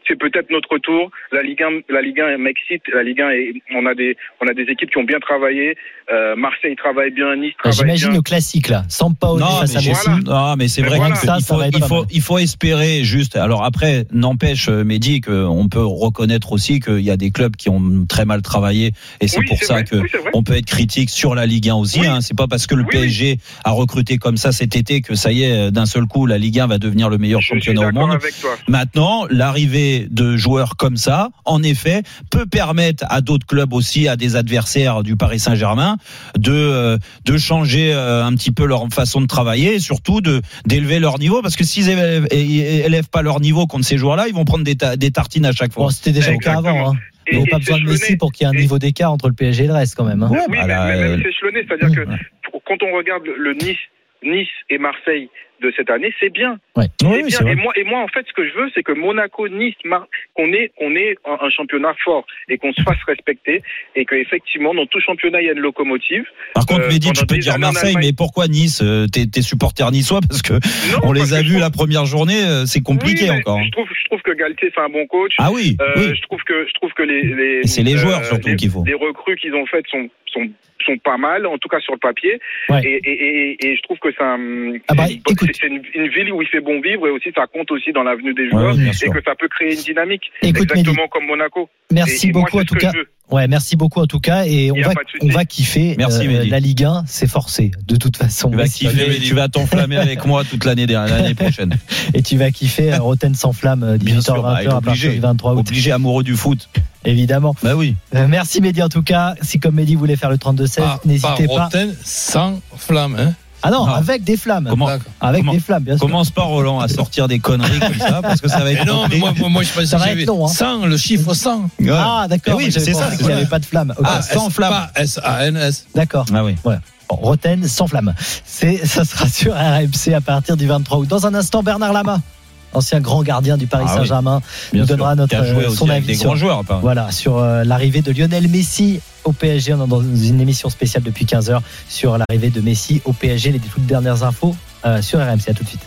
c'est peut-être notre tour. La Ligue un, la Ligue un m'excite. La Ligue un, est, on a des, on a des équipes qui ont bien travaillé. Euh, Marseille travaille bien, Nice travaille J'imagine bien. le classique là, Sampaoli face à Messi. Voilà. Non, mais c'est Mais vrai voilà. qu'il Ça, faut, ça va être il pas faut, mal. il faut espérer juste. Alors après, n'empêche, Mehdi, qu'on peut reconnaître aussi qu'il y a des clubs qui ont très mal travaillé, et c'est Oui, pour c'est ça vrai. que Oui, c'est vrai. on peut être critique sur la Ligue un aussi. Oui. Hein. C'est pas parce que le Oui, P S G a recruté comme ça cet été que ça y est, d'un seul coup, la Ligue un va devenir le meilleur Je suis championnat au d'accord monde. avec toi. Maintenant, l'arrivée de joueurs comme ça, en effet, peut permettre à d'autres clubs aussi, à des adversaires du Paris Saint-Germain, de euh, de changer euh, un petit peu leur façon de travailler, et surtout de d'élever leur niveau, parce que s'ils élèvent, élèvent pas leur niveau contre ces joueurs-là, ils vont prendre des, ta, des tartines à chaque fois. Bon, c'était déjà le cas Exactement. avant. Hein. Et- Il n'y a et pas besoin de s'échelonner. Messi pour qu'il y ait un Et- niveau d'écart entre le P S G et le reste quand même. Hein. Ouais, Oui, bah, mais, là, mais euh, même s'échelonner, c'est-à-dire oui. que pour- quand on regarde le Nice, Nice et Marseille de cette année, c'est bien. Ouais. C'est Oui, oui, bien. c'est vrai. Et moi, et moi, en fait, ce que je veux, c'est que Monaco, Nice, Mar- qu'on ait, qu'on ait un, un championnat fort et qu'on se fasse respecter, et qu'effectivement, dans tout championnat, il y a une locomotive. Par contre, Euh, Mehdi, tu pendant peux des dire années en Marseille, Allemagne. mais pourquoi Nice? Euh, T'es, t'es supporter niçois, parce que Non, on les parce a que je vus trouve- la première journée, euh, c'est compliqué Oui, mais encore. Je trouve, je trouve que Galtier, c'est un bon coach. Ah oui, Euh, oui. Je trouve que, je trouve que les, les Et c'est les joueurs surtout les, qu'il faut. Les recrues qu'ils ont faites sont, sont, sont pas mal, en tout cas sur le papier. Ouais. Et, et, et, et je trouve que c'est un, Ah bah, c'est une- écoute. c'est une, une ville où il fait bon vivre, et aussi ça compte aussi dans l'avenue des joueurs, Ouais, bien et sûr. que ça peut créer une dynamique. Écoute, exactement comme Monaco. Merci Et- et moi, beaucoup c'est en ce tout que cas. je veux. Ouais, merci beaucoup en tout cas, et on y a va, pas de souci. on va kiffer. Merci, Mehdi. la Ligue un, c'est forcé de toute façon. Tu vas kiffer, tu vas t'enflammer avec moi toute l'année dernière, l'année prochaine. Et tu vas kiffer euh, Roten sans flamme, Bien dix-huit sûr, heures bah, vingt il est à partir obligé. du vingt-trois août. Obligé, amoureux du foot. Évidemment. Bah oui. Euh, merci Mehdi en tout cas. Si comme Mehdi voulait faire le trente-deux seize, Pas, n'hésitez pas pas. Roten sans flamme, hein. Ah non, Non. avec des flammes. Comment, D'accord. Avec comment- des flammes, bien sûr. Commence pas, Roland, à sortir des conneries comme ça, parce que ça va être. Mais non, mais moi, moi, moi, je pensais Ça que va j'avais être long, hein. cent, le chiffre cent. Ouais. Ah d'accord, Eh oui, mais j'avais c'est ça, pensé c'est qu'il n'y ça. avait pas de flamme. Ok. Ah, sans flamme. Pas S A N S. D'accord. Ah oui. Bon, Roten sans flamme. C'est, ça sera sur R M C à partir du vingt-trois août. Dans un instant, Bernard Lama, ancien grand gardien du Paris Ah oui, Saint-Germain, Bien nous sûr. donnera notre, Qui a joué euh, aussi son avec avis des sur, grands joueurs, apparemment. voilà, sur euh, l'arrivée de Lionel Messi au P S G. On est dans une émission spéciale depuis quinze heures sur l'arrivée de Messi au P S G. Les toutes dernières infos euh, sur R M C. À tout de suite.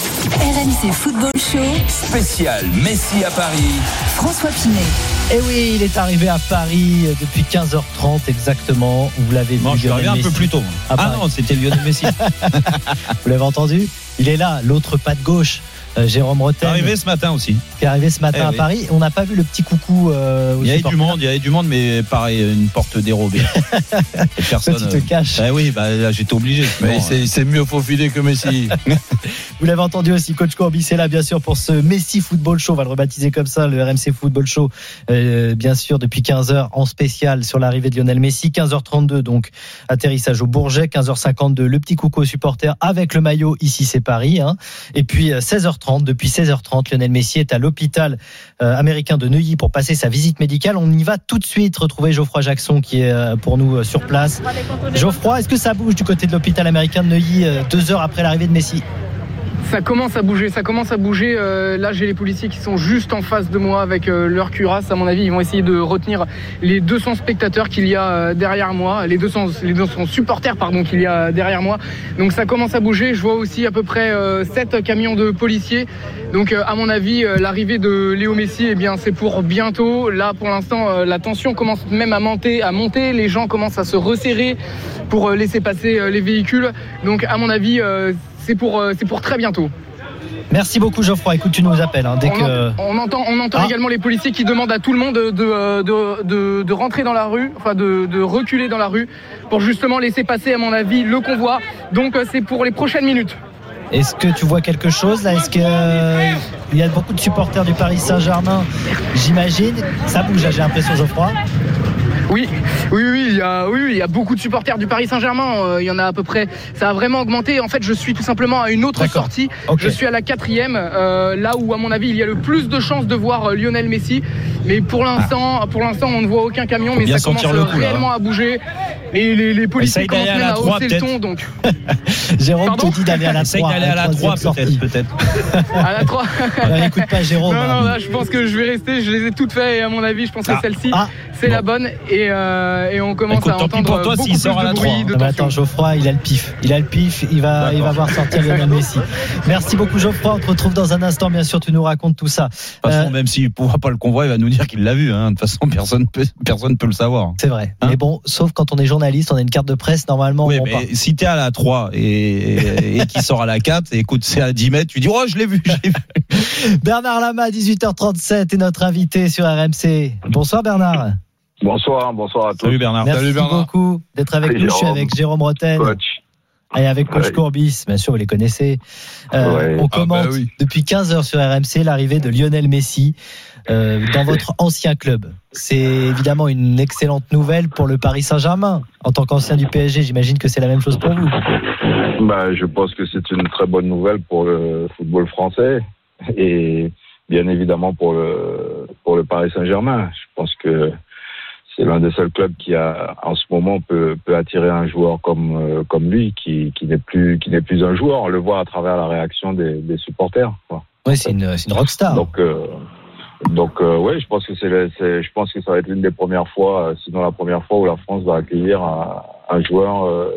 R M C Football Show, Spécial Messi à Paris. François Pinet. Et oui, il est arrivé à Paris euh, depuis quinze heures trente exactement. Vous l'avez vu. Non, je suis Lionel arrivé un peu Messi. plus tôt. Ah, Ah pareil. non, c'était Lionel Messi. Vous l'avez entendu? Il est là, l'autre patte gauche. euh, Jérôme Roten, Arrivé ce matin aussi. qui est arrivé ce matin Eh à oui. Paris. On n'a pas vu le petit coucou. Euh, aux Il y avait supporters. du monde, il y avait du monde, mais pareil, une porte dérobée. Et personne. Toi, tu te caches. Ah oui, bah là, j'étais obligé. Mais Bon, c'est, c'est mieux faufilé que Messi. Vous l'avez entendu aussi, Coach Courbis est là bien sûr pour ce Messi Football Show, on va le rebaptiser comme ça, le R M C Football Show, euh, bien sûr depuis quinze heures en spécial sur l'arrivée de Lionel Messi. Quinze heures trente-deux donc atterrissage au Bourget, quinze heures cinquante-deux le petit coucou aux supporters avec le maillot, ici c'est Paris, hein. Et puis euh, seize heures trente, depuis seize heures trente, Lionel Messi est à l'hôpital euh, américain de Neuilly pour passer sa visite médicale. On y va tout de suite retrouver Geoffroy Jackson qui est euh, pour nous euh, sur place. Geoffroy, est-ce que ça bouge du côté de l'hôpital américain de Neuilly euh, deux heures après l'arrivée de Messi? Ça commence à bouger, ça commence à bouger. Euh, là, j'ai les policiers qui sont juste en face de moi avec euh, leur cuirasse. À mon avis, ils vont essayer de retenir les deux cents spectateurs qu'il y a euh, derrière moi, les deux cents, les deux cents supporters pardon qu'il y a derrière moi. Donc ça commence à bouger. Je vois aussi à peu près euh, sept camions de policiers. Donc euh, à mon avis, euh, l'arrivée de Léo Messi, eh bien c'est pour bientôt. Là, pour l'instant, euh, la tension commence même à monter, à monter. Les gens commencent à se resserrer pour euh, laisser passer euh, les véhicules. Donc à mon avis, euh, c'est pour, euh, c'est pour très bientôt. Merci beaucoup Geoffroy, écoute tu nous appelles hein, dès on, que... entend, on entend, on entend Ah. également les policiers qui demandent à tout le monde de, de, de, de, de rentrer dans la rue, enfin de, de reculer dans la rue pour justement laisser passer à mon avis le convoi. Donc euh, c'est pour les prochaines minutes. Est-ce que tu vois quelque chose là? Est-ce qu'il euh, y a beaucoup de supporters du Paris Saint-Germain? J'imagine. Ça bouge là, j'ai l'impression Geoffroy. Oui, oui, oui, il y a, oui, oui, il y a beaucoup de supporters du Paris Saint-Germain. Euh, il y en a à peu près. Ça a vraiment augmenté. En fait, je suis tout simplement à une autre D'accord. sortie. Ok. Je suis à la quatrième, euh, là où, à mon avis, il y a le plus de chances de voir euh, Lionel Messi. Mais pour l'instant, pour l'instant, on ne voit aucun camion. Faut Mais bien ça commence sentir le coup, là, réellement à bouger. Et les, les policiers commencent même à hausser le ton, donc. Jérôme Pardon te dit d'aller à la Essaye trois. d'aller à la trois, peut-être, peut-être. À la trois. Ouais, écoute pas Jérôme. Non, non, là, je pense que je vais rester. Je les ai toutes faites et à mon avis, je pense que Ah. celle-ci, Ah. c'est Bon. la bonne. Et, euh, et on commence Écoute, à tant pis entendre pour toi beaucoup s'il plus sort à la de trois. bruit, de Non, mais tension. attends, Geoffroy, il a le pif. Il a le pif. Il va, il va voir sortir Lionel Messi. Merci beaucoup, Geoffroy. On te retrouve dans un instant. Bien sûr, tu nous racontes tout ça. De toute façon, Euh, même s'il ne voit pas le convoi, il va nous dire qu'il l'a vu. Hein. De toute façon, personne peut, personne peut le savoir. C'est vrai. Hein Mais bon, sauf quand on est journaliste, on a une carte de presse. Normalement, Oui, on mais part. si t'es à la trois et, et, et qu'il sort à la quatre, et écoute, c'est à dix mètres, tu dis, oh, je l'ai vu, je l'ai vu. Bernard Lama, dix-huit heures trente-sept, est notre invité sur R M C. Bonsoir Bernard. Bonsoir, bonsoir à tous. Salut Bernard. Merci Salut Bernard. beaucoup d'être avec Salut nous. Je suis Jérôme. avec Jérôme Roten Coach. et avec Coach Ouais. Courbis. Bien sûr, vous les connaissez. Euh, Ouais. On Ah, commente bah oui. depuis quinze heures sur R M C l'arrivée de Lionel Messi euh, dans votre ancien club. C'est évidemment une excellente nouvelle pour le Paris Saint-Germain. En tant qu'ancien du P S G, j'imagine que c'est la même chose pour vous. Bah, je pense que c'est une très bonne nouvelle pour le football français et bien évidemment pour le pour le Paris Saint-Germain. Je pense que c'est l'un des seuls clubs qui a en ce moment peut peut attirer un joueur comme euh, comme lui qui qui n'est plus qui n'est plus un joueur. On le voit à travers la réaction des, des supporters, quoi. Oui, c'est une, c'est une rockstar. Donc euh, donc euh, ouais, je pense que c'est, le- c'est je pense que ça va être l'une des premières fois, euh, sinon la première fois où la France va accueillir un, un joueur euh,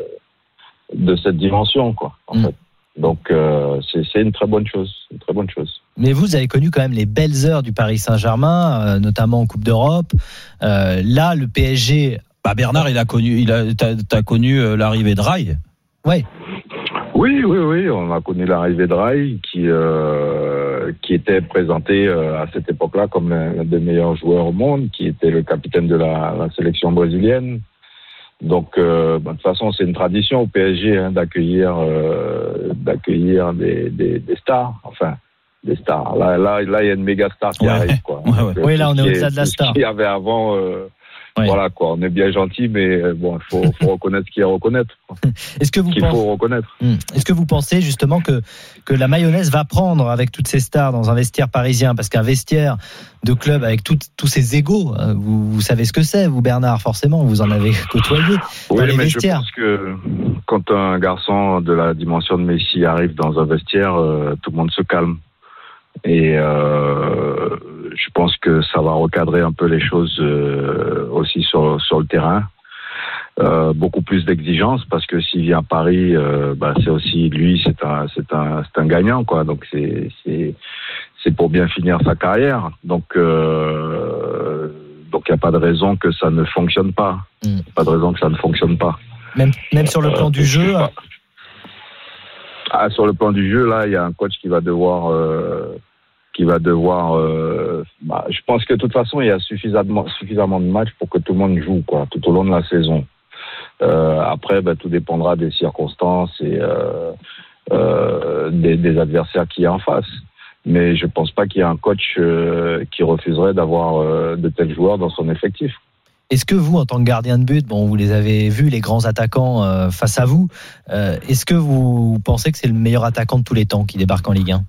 de cette dimension, quoi. En Mm. fait. Donc euh, c'est c'est une très bonne chose, une très bonne chose. Mais vous avez connu quand même les belles heures du Paris Saint-Germain, euh, notamment en Coupe d'Europe. Euh, là, le P S G, Bah, Bernard, il a connu, il a, t'as, t'as connu euh, l'arrivée de Rai. ouais, Oui, oui, oui, on a connu l'arrivée de Rai qui euh, qui était présenté euh, à cette époque-là comme l'un l'un des meilleurs joueurs au monde, qui était le capitaine de la, la sélection brésilienne. Donc, euh, bah, de toute façon, c'est une tradition au P S G hein, d'accueillir euh, d'accueillir des, des, des stars, enfin des stars. Là, là, là, il y a une méga star qui Ouais. arrive, quoi. Ouais, ouais. Donc, euh, Oui, là, tout on ce est qui au-delà de la tout ce star. qu'il y avait avant. Euh, Ouais. Voilà quoi, on est bien gentil, mais euh, bon, il faut, faut reconnaître ce qu'il y a à reconnaître, quoi. est-ce que vous qu'il pensez, faut reconnaître. Hmm. Est-ce que vous pensez justement que que la mayonnaise va prendre avec toutes ces stars dans un vestiaire parisien, parce qu'un vestiaire de club avec tout- tous ces égos, euh, vous, vous savez ce que c'est, vous Bernard, forcément, vous en avez côtoyé dans Oui, les mais vestiaires. je pense que quand un garçon de la dimension de Messi arrive dans un vestiaire, euh, tout le monde se calme. Et euh, je pense que ça va recadrer un peu les choses euh, aussi sur sur le terrain. Euh, beaucoup plus d'exigences parce que s'il vient à Paris, euh, bah, c'est aussi lui, c'est un c'est un c'est un gagnant, quoi. Donc c'est c'est c'est pour bien finir sa carrière. Donc euh, donc il y a pas de raison que ça ne fonctionne pas. Mm. Pas de raison que ça ne fonctionne pas. Même, même sur le plan Euh, du je sais jeu, pas. Ah, sur le plan du jeu, là, il y a un coach qui va devoir, euh, qui va devoir. Euh, bah, je pense que de toute façon, il y a suffisamment, suffisamment de matchs pour que tout le monde joue, quoi, tout au long de la saison. Euh, après, bah, tout dépendra des circonstances et euh, euh, des, des adversaires qui y a en face. Mais je pense pas qu'il y ait un coach euh, qui refuserait d'avoir euh, de tels joueurs dans son effectif. est-ce que vous, en tant que gardien de but, bon, vous les avez vus, les grands attaquants euh, face à vous, euh, est-ce que vous pensez que c'est le meilleur attaquant de tous les temps qui débarque en Ligue un?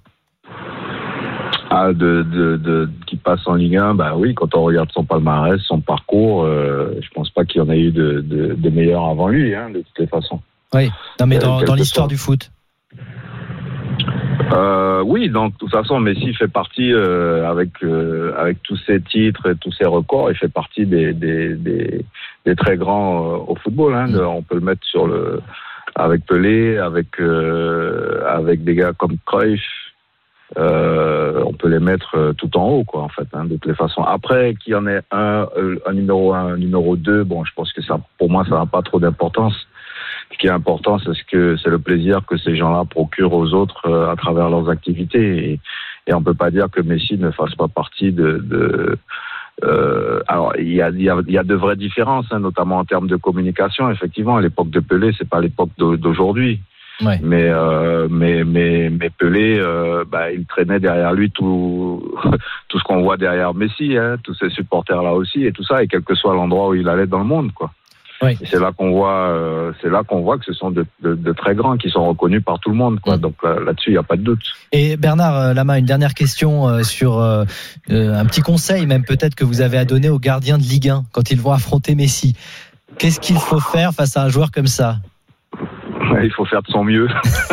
Ah, de, de, de, qui passe en Ligue un, bah oui, quand on regarde son palmarès, son parcours, euh, je pense pas qu'il y en ait eu de, de, de meilleurs avant lui, hein, de toutes les façons. Oui, non, mais Euh, dans, quelque dans l'histoire sorte. du foot. Euh, oui, donc de toute façon, Messi fait partie euh, avec euh, avec tous ses titres et tous ses records, il fait partie des des des, des très grands euh, au football. Hein, de, on peut le mettre sur le avec Pelé, avec euh, avec des gars comme Cruyff. Euh, on peut les mettre euh, tout en haut, quoi, en fait, hein, de toutes les façons. Après, qu'il y en ait un, euh, un numéro un, un numéro deux, bon, je pense que ça, pour moi, ça n'a pas trop d'importance. Ce qui est important, c'est ce que c'est le plaisir que ces gens-là procurent aux autres euh, à travers leurs activités. Et, et on peut pas dire que Messi ne fasse pas partie de. de euh, alors, il y a, il y a, il y a de vraies différences, hein, notamment en termes de communication. Effectivement, à l'époque de Pelé, c'est pas l'époque d'aujourd'hui. Ouais. Mais, euh, mais mais mais Pelé, euh, bah, il traînait derrière lui tout tout ce qu'on voit derrière Messi, hein, tous ces supporters là aussi et tout ça, et quel que soit l'endroit où il allait dans le monde, quoi. Oui. Et c'est là qu'on voit, euh, c'est là qu'on voit que ce sont de, de, de très grands qui sont reconnus par tout le monde, quoi. Mm. Donc là, là-dessus, il n'y a pas de doute. Et Bernard euh, Lama, une dernière question euh, sur euh, euh, un petit conseil, même peut-être que vous avez à donner aux gardiens de Ligue un quand ils vont affronter Messi. Qu'est-ce qu'il faut faire face à un joueur comme ça? Il faut faire de son mieux.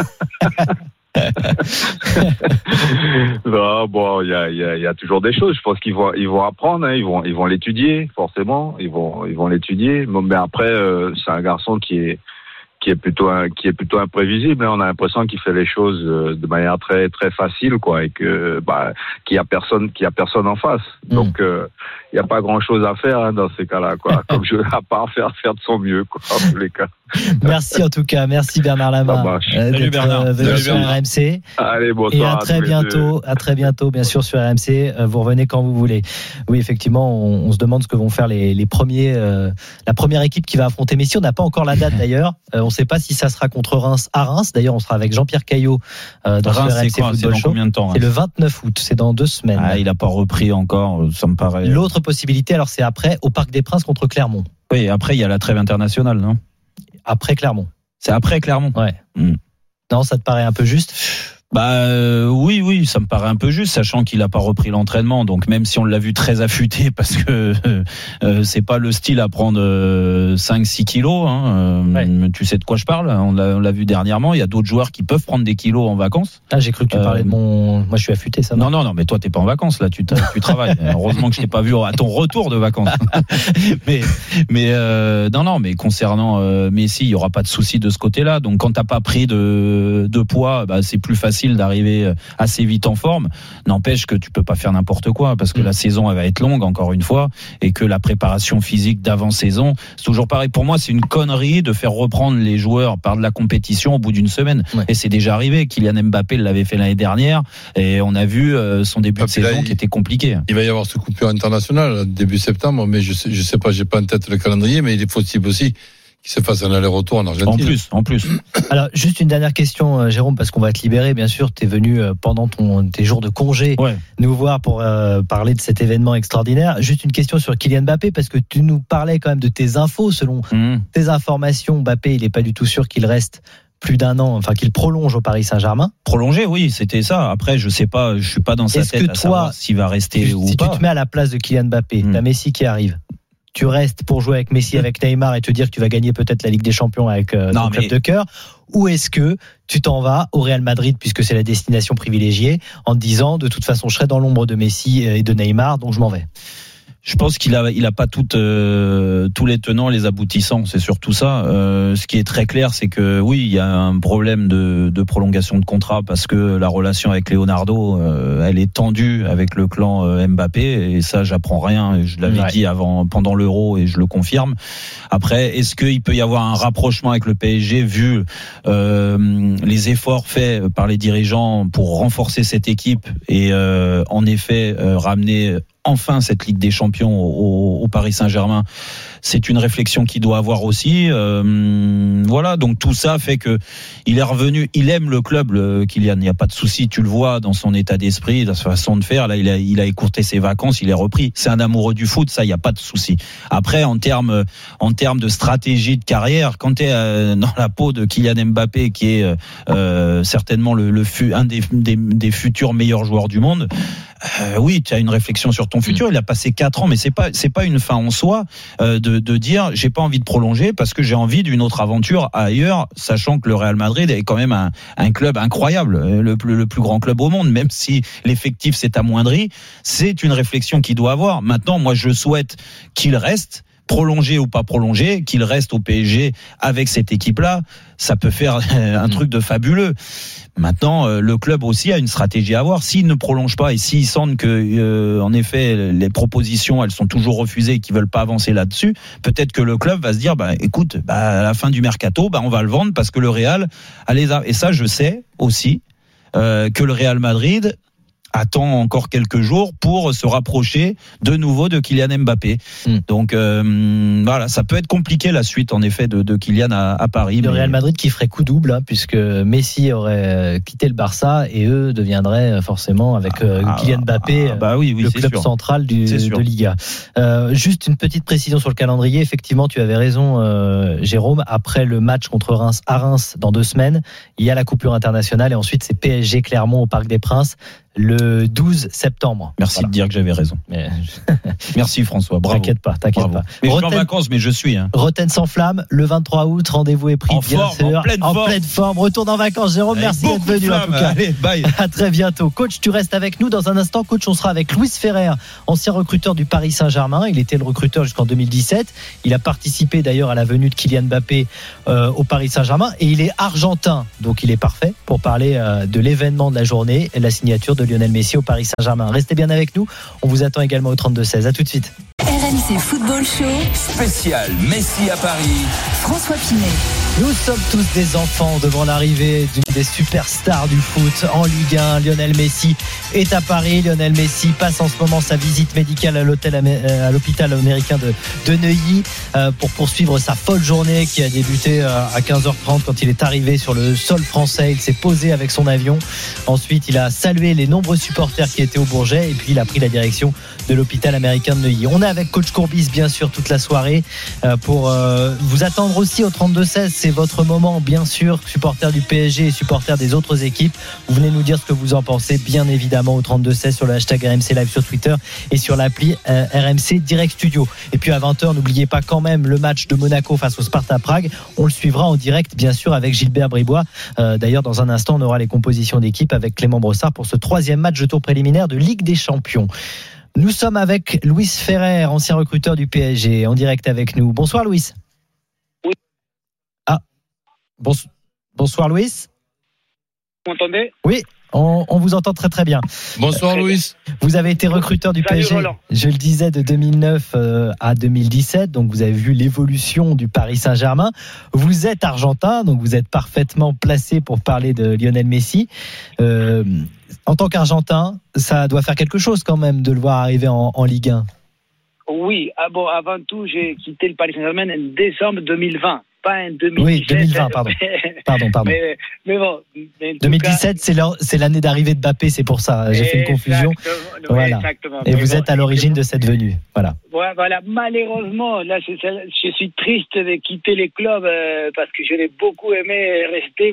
Non, bon, il y a, y, a, y a toujours des choses. Je pense qu'ils vont, ils vont apprendre, hein, ils vont, ils vont l'étudier forcément. Ils vont, ils vont l'étudier. Mais après, euh, c'est un garçon qui est, qui est plutôt, qui est plutôt imprévisible. Hein. On a l'impression qu'il fait les choses de manière très, très facile, quoi, et que, bah, qu'il y a personne, qu'il y a personne en face. Mmh. Donc, il euh, y a pas grand-chose à faire hein, dans ces cas-là, quoi. Comme je, à part faire, faire de son mieux, quoi, en tous les cas. Merci en tout cas, merci Bernard Lama. Euh, Salut Bernard. Euh, Salut sur Bernard. R M C. Allez, bonsoir. Et à très à bientôt, à très bientôt, bien sûr sur R M C. Euh, vous revenez quand vous voulez. Oui, effectivement, on, on se demande ce que vont faire les, les premiers, euh, la première équipe qui va affronter Messi. On n'a pas encore la date d'ailleurs. Euh, on ne sait pas si ça sera contre Reims à Reims. D'ailleurs, on sera avec Jean-Pierre Caillot euh, dans Reims, ce R M C c'est quoi, Football c'est dans Show. combien de temps, C'est le vingt-neuf août. C'est dans deux semaines. Ah, il n'a pas repris encore. Ça me paraît. L'autre possibilité, alors c'est après au Parc des Princes contre Clermont. Oui, après il y a la trêve internationale, non? Après Clermont. C'est après Clermont. Ouais. Mmh. Non, ça te paraît un peu juste? Bah euh, oui, oui, ça me paraît un peu juste, sachant qu'il a pas repris l'entraînement. Donc même si on l'a vu très affûté, parce que euh, c'est pas le style à prendre euh, cinq six kilos. Hein, euh, ouais. Tu sais de quoi je parle. On l'a, on l'a vu dernièrement. Il y a d'autres joueurs qui peuvent prendre des kilos en vacances. Ah, j'ai cru que tu parlais euh, de mon. Moi, je suis affûté, ça. Non, non, non, mais toi, t'es pas en vacances là. Tu, tu travailles. Heureusement que je t'ai pas vu à ton retour de vacances. mais, mais euh, non, non, mais concernant euh, Messi, il y aura pas de souci de ce côté-là. Donc quand t'as pas pris de, de poids, bah, c'est plus facile d'arriver assez vite en forme. N'empêche que tu peux pas faire n'importe quoi parce que mmh. la saison elle va être longue encore une fois et que la préparation physique d'avant-saison, c'est toujours pareil. Pour moi, c'est une connerie de faire reprendre les joueurs par de la compétition au bout d'une semaine. Ouais. Et c'est déjà arrivé. Kylian Mbappé l'avait fait l'année dernière et on a vu son début ah, de saison là, qui était compliqué. Il va y avoir ce coupure international début septembre, mais je sais, je sais pas, j'ai pas en tête le calendrier, mais il est possible aussi qui se fasse un aller-retour en Argentine. En plus, en plus. Alors, juste une dernière question, Jérôme, parce qu'on va te libérer, bien sûr. Tu es venu pendant ton, tes jours de congé ouais. nous voir pour euh, parler de cet événement extraordinaire. Juste une question sur Kylian Mbappé, parce que tu nous parlais quand même de tes infos. Selon mmh. tes informations, Mbappé, il n'est pas du tout sûr qu'il reste plus d'un an, enfin qu'il prolonge au Paris Saint-Germain. Prolonger, oui, c'était ça. Après, je sais pas, je suis pas dans sa Est-ce tête que à toi, savoir s'il va rester si ou si pas. Si tu te mets à la place de Kylian Mbappé, mmh. t'as Messi qui arrive. Tu restes pour jouer avec Messi, avec Neymar et te dire que tu vas gagner peut-être la Ligue des Champions avec euh, ton club de cœur, ou est-ce que tu t'en vas au Real Madrid puisque c'est la destination privilégiée en te disant de toute façon je serai dans l'ombre de Messi et de Neymar donc je m'en vais? Je pense qu'il a, il a pas toutes, euh, tous les tenants, les aboutissants. C'est surtout ça. Euh, ce qui est très clair, c'est que oui, il y a un problème de, de prolongation de contrat parce que la relation avec Leonardo, euh, elle est tendue avec le clan euh, Mbappé. Et ça, j'apprends rien. Je l'avais ouais. dit avant, pendant l'Euro, et je le confirme. Après, est-ce qu'il peut y avoir un rapprochement avec le P S G vu euh, les efforts faits par les dirigeants pour renforcer cette équipe et euh, en effet euh, ramener enfin cette Ligue des Champions au, au Paris Saint-Germain? C'est une réflexion qu'il doit avoir aussi. Euh, voilà, donc tout ça fait que il est revenu. Il aime le club, le Kylian. Il n'y a pas de souci. Tu le vois dans son état d'esprit, dans sa façon de faire. Là, il a, il a écourté ses vacances. Il est repris. C'est un amoureux du foot. Ça, il n'y a pas de souci. Après, en termes, en termes de stratégie de carrière, quand tu es euh, dans la peau de Kylian Mbappé, qui est euh, certainement le, le un des, des, des futurs meilleurs joueurs du monde. Euh, oui, tu as une réflexion sur ton futur. Il a passé quatre ans, mais c'est pas c'est pas une fin en soi euh, de de dire j'ai pas envie de prolonger parce que j'ai envie d'une autre aventure ailleurs, sachant que le Real Madrid est quand même un un club incroyable, le plus le plus grand club au monde, même si l'effectif s'est amoindri. C'est une réflexion qu'il doit avoir. Maintenant, moi, je souhaite qu'il reste. Prolonger ou pas prolonger, qu'il reste au P S G avec cette équipe-là, ça peut faire un truc de fabuleux. Maintenant, le club aussi a une stratégie à avoir. S'il ne prolonge pas et s'ils sentent que, euh, en effet, les propositions, elles sont toujours refusées et qu'ils veulent pas avancer là-dessus, peut-être que le club va se dire, bah, écoute, bah, à la fin du mercato, bah, on va le vendre parce que le Real a les a... Et ça, je sais aussi euh, que le Real Madrid attend encore quelques jours pour se rapprocher de nouveau de Kylian Mbappé. Mm. Donc euh, voilà, ça peut être compliqué la suite en effet de, de Kylian à, à Paris. Le mais... Real Madrid qui ferait coup double hein, puisque Messi aurait quitté le Barça et eux deviendraient forcément avec euh, ah, Kylian Mbappé ah, bah oui, oui, le club sûr. central du, de Liga. Euh, juste une petite précision sur le calendrier. Effectivement, tu avais raison, euh, Jérôme. Après le match contre Reims à Reims dans deux semaines, il y a la coupure internationale et ensuite c'est P S G Clermont au Parc des Princes. le douze septembre. Merci voilà. de dire que j'avais raison. Mais... Merci François, bravo. T'inquiète pas, t'inquiète bravo. pas. Mais Rotten, je suis en vacances, mais je suis. Hein. Rotten sans flamme, le vingt-trois août, rendez-vous est pris. En bien forme, sûr, en pleine en forme. pleine forme. Retourne en vacances, Jérôme. Avec merci d'être venu en tout cas. Allez, bye. À très bientôt. Coach, tu restes avec nous dans un instant. Coach, on sera avec Luis Ferrer, ancien recruteur du Paris Saint-Germain. Il était le recruteur jusqu'en deux mille dix-sept. Il a participé d'ailleurs à la venue de Kylian Mbappé euh, au Paris Saint-Germain et il est argentin. Donc il est parfait pour parler euh, de l'événement de la journée, la signature de Lionel Messi au Paris Saint-Germain. Restez bien avec nous. On vous attend également au trente-deux seize. À tout de suite. R M C Football Show. Spécial Messi à Paris. François Pinet. Nous sommes tous des enfants devant l'arrivée d'une des superstars du foot en Ligue un. Lionel Messi est à Paris. Lionel Messi passe en ce moment sa visite médicale à, l'hôtel, à l'hôpital américain de, de Neuilly euh, pour poursuivre sa folle journée qui a débuté euh, à quinze heures trente quand il est arrivé sur le sol français. Il s'est posé avec son avion. Ensuite, il a salué les nombreux supporters qui étaient au Bourget et puis il a pris la direction de l'hôpital américain de Neuilly. On est avec Coach Courbis bien sûr toute la soirée euh, pour euh, vous attendre aussi au trente-deux seize. C'est votre moment bien sûr, supporter du P S G et supporter des autres équipes. Vous venez nous dire ce que vous en pensez bien évidemment au trente-deux seize sur le hashtag R M C Live sur Twitter et sur l'appli euh, R M C Direct Studio. Et puis à vingt heures, n'oubliez pas quand même le match de Monaco face au Sparta Prague. On le suivra en direct bien sûr avec Gilbert Bribois. Euh, d'ailleurs dans un instant on aura les compositions d'équipe avec Clément Brossard pour ce troisième match de tour préliminaire de Ligue des Champions. Nous sommes avec Luis Ferrer, ancien recruteur du P S G, en direct avec nous. Bonsoir Luis. Oui. Ah, bonsoir, bonsoir Luis. Vous m'entendez ? Oui, on, on vous entend très très bien. Bonsoir très Luis. bien. Vous avez été recruteur du Salut, P S G, Roland. je le disais, de deux mille neuf à deux mille dix-sept, donc vous avez vu l'évolution du Paris Saint-Germain. Vous êtes argentin, donc vous êtes parfaitement placé pour parler de Lionel Messi. Euh, en tant qu'Argentin, ça doit faire quelque chose quand même de le voir arriver en, en Ligue un. Oui, ah bon, avant tout, j'ai quitté le Paris Saint-Germain en décembre deux mille vingt, pas en deux mille dix-sept. Oui, deux mille vingt, pardon. Pardon, pardon. Mais, mais bon, mais en tout deux mille dix-sept, cas, c'est, leur, c'est l'année d'arrivée de Mbappé, c'est pour ça. J'ai fait une confusion. Exactement, Voilà. exactement. Et Mais vous bon, êtes à l'origine de cette venue. Voilà. Ouais, voilà, malheureusement, là, je, je suis triste de quitter les clubs euh, parce que je l'ai beaucoup aimé rester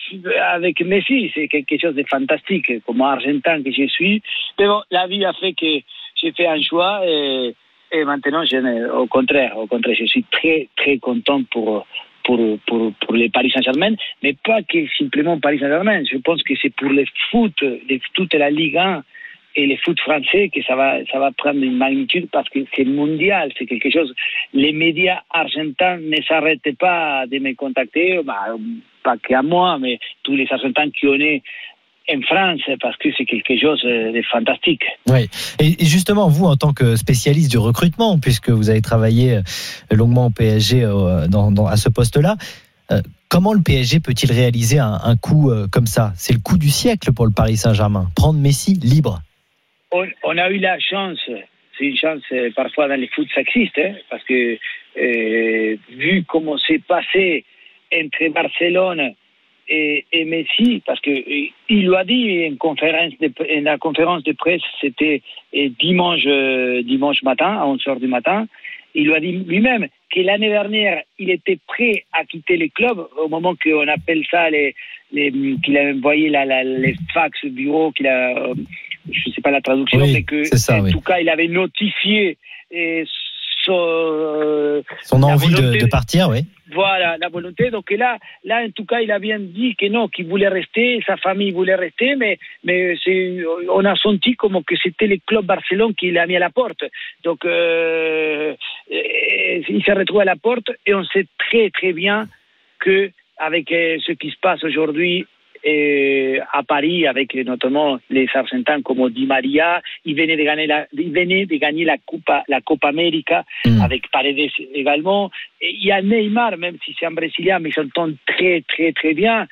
avec Messi. C'est quelque chose de fantastique, comme argentin que je suis. Mais bon, la vie a fait que j'ai fait un choix et, et maintenant, je, au contraire, au contraire, je suis très, très content pour, pour, pour, pour les Paris Saint-Germain, mais pas que simplement Paris Saint-Germain. Je pense que c'est pour le foot, les, toute la Ligue un et le foot français que ça va, ça va prendre une magnitude parce que c'est mondial, c'est quelque chose. Les médias argentins ne s'arrêtent pas de me contacter, bah, pas qu'à moi, mais tous les Argentins qui en est en France, parce que c'est quelque chose de fantastique. Oui. Et justement, vous, en tant que spécialiste du recrutement, puisque vous avez travaillé longuement au P S G dans, dans, à ce poste-là, euh, comment le P S G peut-il réaliser un, un coup euh, comme ça ? C'est le coup du siècle pour le Paris Saint-Germain. Prendre Messi libre. On, on a eu la chance, c'est une chance euh, parfois dans les foot ça existe, hein, parce que euh, vu comment c'est passé entre Barcelone et, et Messi, parce que euh, il lui a dit en conférence de, en la conférence de presse, c'était euh, dimanche euh, dimanche matin à onze heures du matin, il lui a dit lui-même que l'année dernière il était prêt à quitter les clubs au moment qu'on appelle ça les, les qu'il a envoyé la, la, les fax au bureau, qu'il a euh, je ne sais pas la traduction, oui, mais que ça, en oui. tout cas il avait notifié et son, euh, son envie volonté, de, de partir, oui. Voilà, la volonté. Donc là, là, en tout cas, il a bien dit que non, qu'il voulait rester, sa famille voulait rester, mais, mais c'est, on a senti comme que c'était le club Barcelone qui l'a mis à la porte. Donc, euh, il s'est retrouvé à la porte et on sait très, très bien que avec ce qui se passe aujourd'hui, Et à Paris, avec notamment les Argentins comme Di Maria, il venait de gagner la, il venait de gagner la Copa, la Copa América, mmh. avec Paredes également. Et il y a Neymar, même si c'est un Brésilien, mais il s'entend très, très, très bien.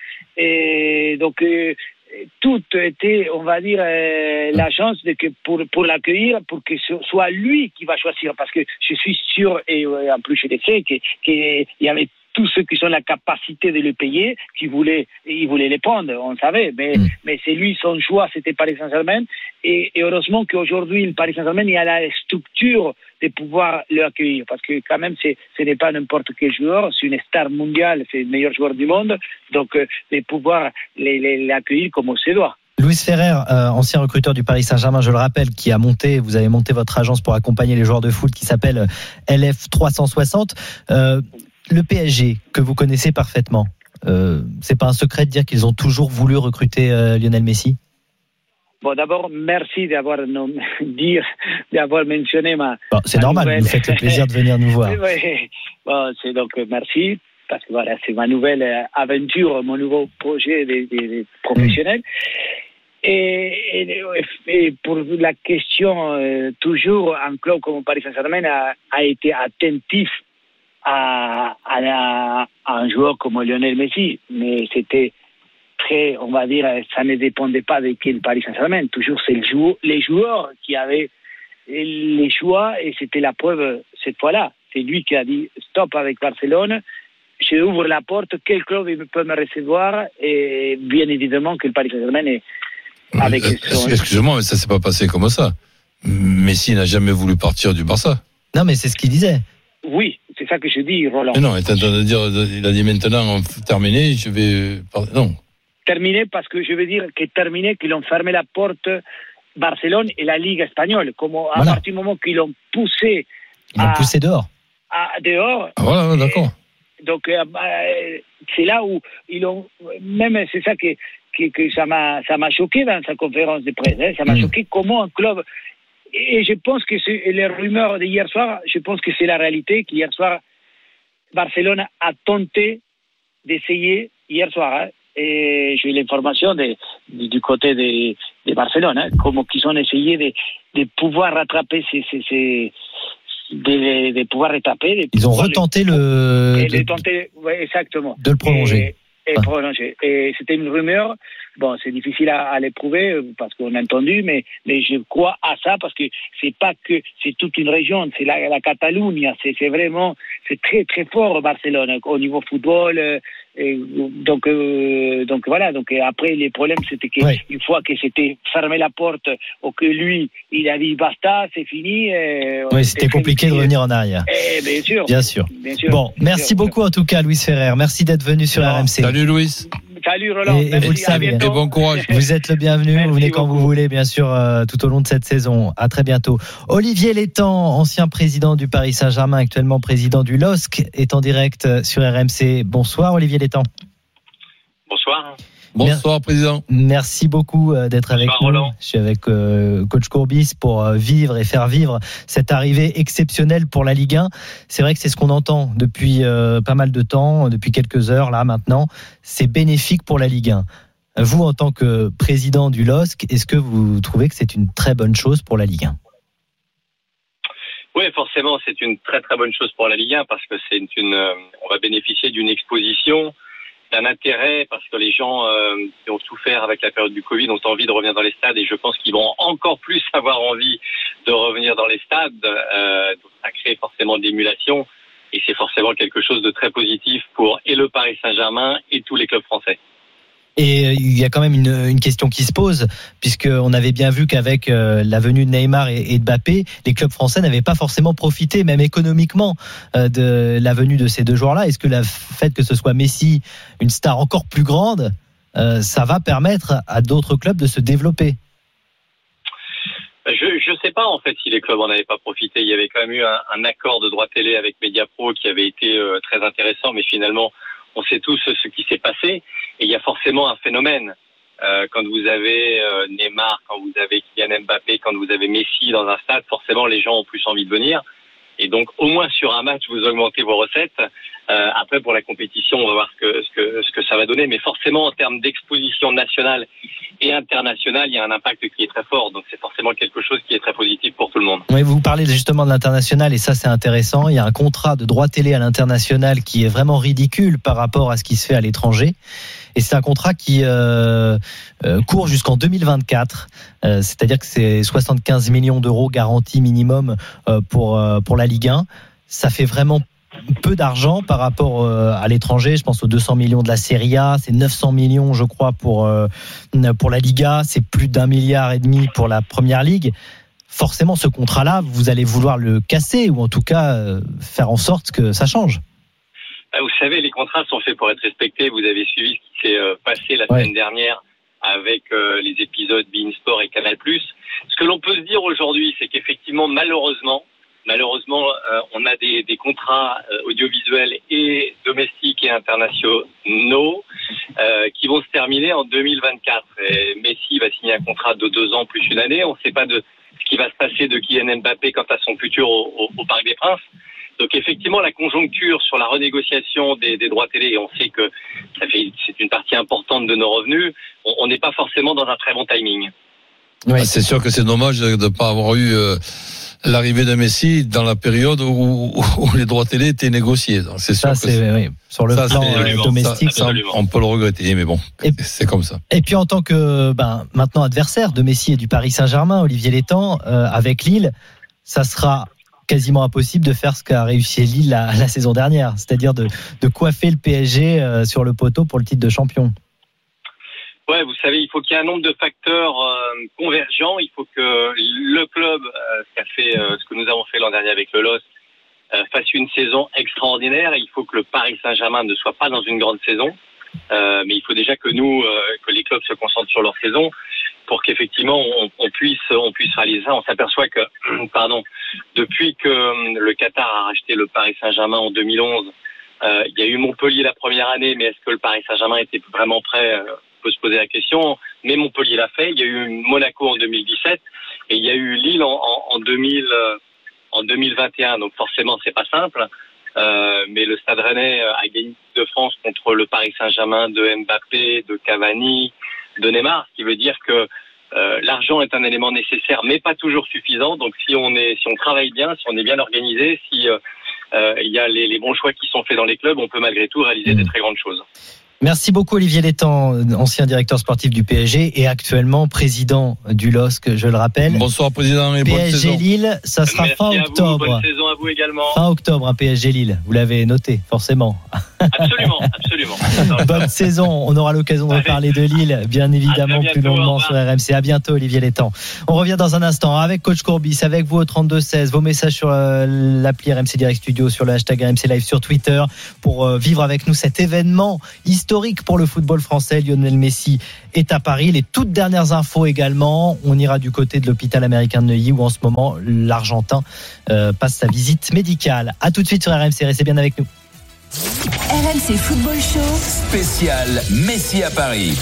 Et donc, euh, tout était, on va dire, euh, la chance de que pour, pour l'accueillir, pour que ce soit lui qui va choisir. Parce que je suis sûr, et euh, en plus je le sais, qu'il y avait tous ceux qui ont la capacité de le payer, qui voulaient, ils voulaient les prendre, on savait, mais, mmh. mais c'est lui, son choix, c'était Paris Saint-Germain, et, et heureusement qu'aujourd'hui, le Paris Saint-Germain, il y a la structure de pouvoir l'accueillir, parce que quand même, c'est, ce n'est pas n'importe quel joueur, c'est une star mondiale, c'est le meilleur joueur du monde, donc euh, de pouvoir les, les, l'accueillir comme on se doit. Luis Luis Ferrer, euh, ancien recruteur du Paris Saint-Germain, je le rappelle, qui a monté, vous avez monté votre agence pour accompagner les joueurs de foot qui s'appelle L F trois cent soixante. Euh, le P S G, que vous connaissez parfaitement, euh, c'est pas un secret de dire qu'ils ont toujours voulu recruter euh, Lionel Messi? Bon, d'abord, merci d'avoir nom... dire, d'avoir mentionné ma. Bon, c'est ma normal, nouvelle. Vous faites le plaisir de venir nous voir. Oui, bon, c'est donc merci. Parce que voilà, c'est ma nouvelle aventure, mon nouveau projet de, de, de professionnel. Mmh. Et, et, et pour la question, euh, toujours un club comme Paris Saint-Germain a, a été attentif à, à, la, à un joueur comme Lionel Messi, mais c'était très, on va dire, ça ne dépendait pas de quel Paris Saint-Germain. Toujours, c'est le jou- les joueurs qui avaient les choix, et c'était la preuve cette fois-là. C'est lui qui a dit stop avec Barcelone. Je ouvre la porte, quel club peut me recevoir, et bien évidemment que le Paris Saint-Germain est avec euh, son... Excusez-moi, mais ça s'est pas passé comme ça. Messi n'a jamais voulu partir du Barça. Non, mais c'est ce qu'il disait. Oui, c'est ça que je dis, Roland. Mais non, il, de dire, il a dit maintenant terminé, je vais... Non. Terminé parce que je veux dire que terminé, qu'ils ont fermé la porte Barcelone et la Ligue espagnole. Comme à voilà. partir du moment qu'ils l'ont poussé... Ils l'ont poussé dehors. À, dehors. Ah, voilà, d'accord. Donc euh, c'est là où ils ont même c'est ça que, que, que ça m'a ça m'a choqué dans sa conférence de presse, hein, ça m'a mmh. choqué comment un club, et je pense que c'est les rumeurs d'hier soir, je pense que c'est la réalité, qu'hier soir Barcelone a tenté d'essayer hier soir, hein, et j'ai l'information de, de, du côté de, de Barcelone, hein, comment qu'ils ont essayé de, de pouvoir rattraper ces, ces, ces De, de pouvoir étaper. Ils ont retenté les, le. De, tenter, ouais, exactement. De le prolonger. Et, et, ah. prolonger. Et c'était une rumeur. Bon, c'est difficile à, à l'éprouver parce qu'on a entendu, mais, mais je crois à ça parce que c'est pas que c'est toute une région, c'est la, la Catalogne, c'est, c'est vraiment, c'est très très fort Barcelone au niveau football. Et donc, euh, donc voilà. Donc après, les problèmes, c'était qu'une ouais. fois que c'était fermé la porte ou que lui, il a dit basta, c'est fini. Oui, c'était compliqué de revenir en arrière. Et bien sûr. Bien sûr. Bien sûr bon, bien merci sûr. beaucoup en tout cas, Luis Ferrer. Merci d'être venu sur non. R M C. Salut Louis. Salut Roland. Et, et vous le savez. Et bon courage. Vous êtes le bienvenu. Merci vous venez quand beaucoup. vous voulez, bien sûr, euh, tout au long de cette saison. À très bientôt. Olivier Létang, ancien président du Paris Saint-Germain, actuellement président du L O S C, est en direct sur R M C. Bonsoir Olivier Létang. Bonsoir. Bonsoir président. Merci beaucoup d'être avec Bonsoir, nous. Roland. Je suis avec euh, coach Courbis pour euh, vivre et faire vivre cette arrivée exceptionnelle pour la Ligue un. C'est vrai que c'est ce qu'on entend depuis euh, pas mal de temps, depuis quelques heures là maintenant. C'est bénéfique pour la Ligue un. Vous, en tant que président du L O S C, est-ce que vous trouvez que c'est une très bonne chose pour la Ligue un ? Oui, forcément, c'est une très très bonne chose pour la Ligue un parce que c'est une, euh, on va bénéficier d'une exposition, d'un intérêt, parce que les gens euh, qui ont souffert avec la période du Covid ont envie de revenir dans les stades, et je pense qu'ils vont encore plus avoir envie de revenir dans les stades. Euh, donc ça crée forcément de l'émulation, et c'est forcément quelque chose de très positif pour et le Paris Saint-Germain et tous les clubs français. Et il y a quand même une, une question qui se pose, puisqu'on avait bien vu qu'avec euh, la venue de Neymar et, et de Mbappé, les clubs français n'avaient pas forcément profité, même économiquement, euh, de la venue de ces deux joueurs-là. Est-ce que le fait que ce soit Messi, une star encore plus grande, euh, ça va permettre à d'autres clubs de se développer ? Je ne sais pas en fait si les clubs en avaient pas profité. Il y avait quand même eu un, un accord de droit télé avec Mediapro qui avait été euh, très intéressant, mais finalement on sait tous ce qui s'est passé, et il y a forcément un phénomène. Euh, quand vous avez euh, Neymar, quand vous avez Kylian Mbappé, quand vous avez Messi dans un stade, forcément les gens ont plus envie de venir. Et donc, au moins sur un match, vous augmentez vos recettes. Euh, après, pour la compétition, on va voir ce que, ce que, ce que ça va donner. Mais forcément, en termes d'exposition nationale et internationale, il y a un impact qui est très fort. Donc, c'est forcément quelque chose qui est très positif pour tout le monde. Oui, vous parlez justement de l'international, et ça, c'est intéressant. Il y a un contrat de droit télé à l'international qui est vraiment ridicule par rapport à ce qui se fait à l'étranger. Et c'est un contrat qui euh, euh, court jusqu'en deux mille vingt-quatre. Euh, c'est-à-dire que c'est soixante-quinze millions d'euros garantis minimum euh, pour, euh, pour la Ligue un. Ça fait vraiment peu d'argent par rapport euh, à l'étranger. Je pense aux deux cents millions de la Serie A. C'est neuf cents millions, je crois, pour, euh, pour la Liga. C'est plus d'un milliard et demi pour la Première Ligue. Forcément, ce contrat-là, vous allez vouloir le casser, ou en tout cas euh, faire en sorte que ça change. Vous savez, les contrats sont faits pour être respectés. Vous avez suivi ce qui s'est passé la ouais. semaine dernière avec euh, les épisodes beIN Sport et Canal+. Ce que l'on peut se dire aujourd'hui, c'est qu'effectivement, malheureusement, malheureusement, euh, on a des, des contrats euh, audiovisuels et domestiques et internationaux euh, qui vont se terminer en deux mille vingt-quatre. Et Messi va signer un contrat de deux ans plus une année. On ne sait pas de ce qui va se passer de Kylian Mbappé quant à son futur au, au, au Parc des Princes. Donc effectivement, la conjoncture sur la renégociation des, des droits télé, et on sait que ça fait, c'est une partie importante de nos revenus, on n'est pas forcément dans un très bon timing. Oui. C'est sûr que c'est dommage de ne pas avoir eu euh, l'arrivée de Messi dans la période où, où, où les droits télé étaient négociés. Donc c'est sûr ça, que c'est, c'est, oui. Sur le ça, plan c'est, domestique, ça, ça, on peut le regretter, mais bon, et, c'est comme ça. Et puis en tant que ben, maintenant adversaire de Messi et du Paris Saint-Germain, Olivier Létang, euh, avec Lille, ça sera quasiment impossible de faire ce qu'a réussi Lille la, la saison dernière, c'est-à-dire de, de coiffer le P S G euh, sur le poteau pour le titre de champion. Ouais, vous savez, il faut qu'il y ait un nombre de facteurs euh, convergents. Il faut que le club, euh, qui a fait euh, ce que nous avons fait l'an dernier avec le L O S, euh, fasse une saison extraordinaire. Il faut que le Paris Saint-Germain ne soit pas dans une grande saison. Euh, mais il faut déjà que nous, euh, que les clubs se concentrent sur leur saison pour qu'effectivement on, on puisse, on puisse réaliser ça. On s'aperçoit que, pardon, depuis que le Qatar a racheté le Paris Saint-Germain en deux mille onze, euh, il y a eu Montpellier la première année, mais est-ce que le Paris Saint-Germain était vraiment prêt? euh, On peut se poser la question. Mais Montpellier l'a fait. Il y a eu Monaco en deux mille dix-sept et il y a eu Lille en, en, en deux mille, euh, en deux mille vingt et un. Donc forcément, c'est pas simple. Euh, mais le Stade Rennais a gagné de France contre le Paris Saint-Germain de Mbappé, de Cavani, de Neymar, ce qui veut dire que euh, l'argent est un élément nécessaire, mais pas toujours suffisant. Donc si on est, si on travaille bien, si on est bien organisé, si euh, euh, il y a les, les bons choix qui sont faits dans les clubs, on peut malgré tout réaliser mmh. des très grandes choses. Merci beaucoup Olivier Létang, ancien directeur sportif du P S G et actuellement président du L O S C, je le rappelle. Bonsoir président et bonne P S G saison. Lille, ça sera Merci fin à octobre. Vous, bonne saison à vous également. Fin octobre, un P S G Lille. Vous l'avez noté, forcément. Absolument, absolument. Bonne saison. On aura l'occasion de reparler de Lille, bien évidemment, bientôt, plus longuement sur R M C. À bientôt, Olivier Létang. On revient dans un instant avec Coach Courbis, avec vous au trente-deux seize. Vos messages sur euh, l'appli R M C Direct Studio, sur le hashtag R M C Live sur Twitter, pour euh, vivre avec nous cet événement historique pour le football français. Lionel Messi est à Paris. Les toutes dernières infos également. On ira du côté de l'hôpital américain de Neuilly où en ce moment l'Argentin euh, passe sa visite médicale. À tout de suite sur R M C. Restez bien avec nous. R M C Football Show spécial Messi à Paris.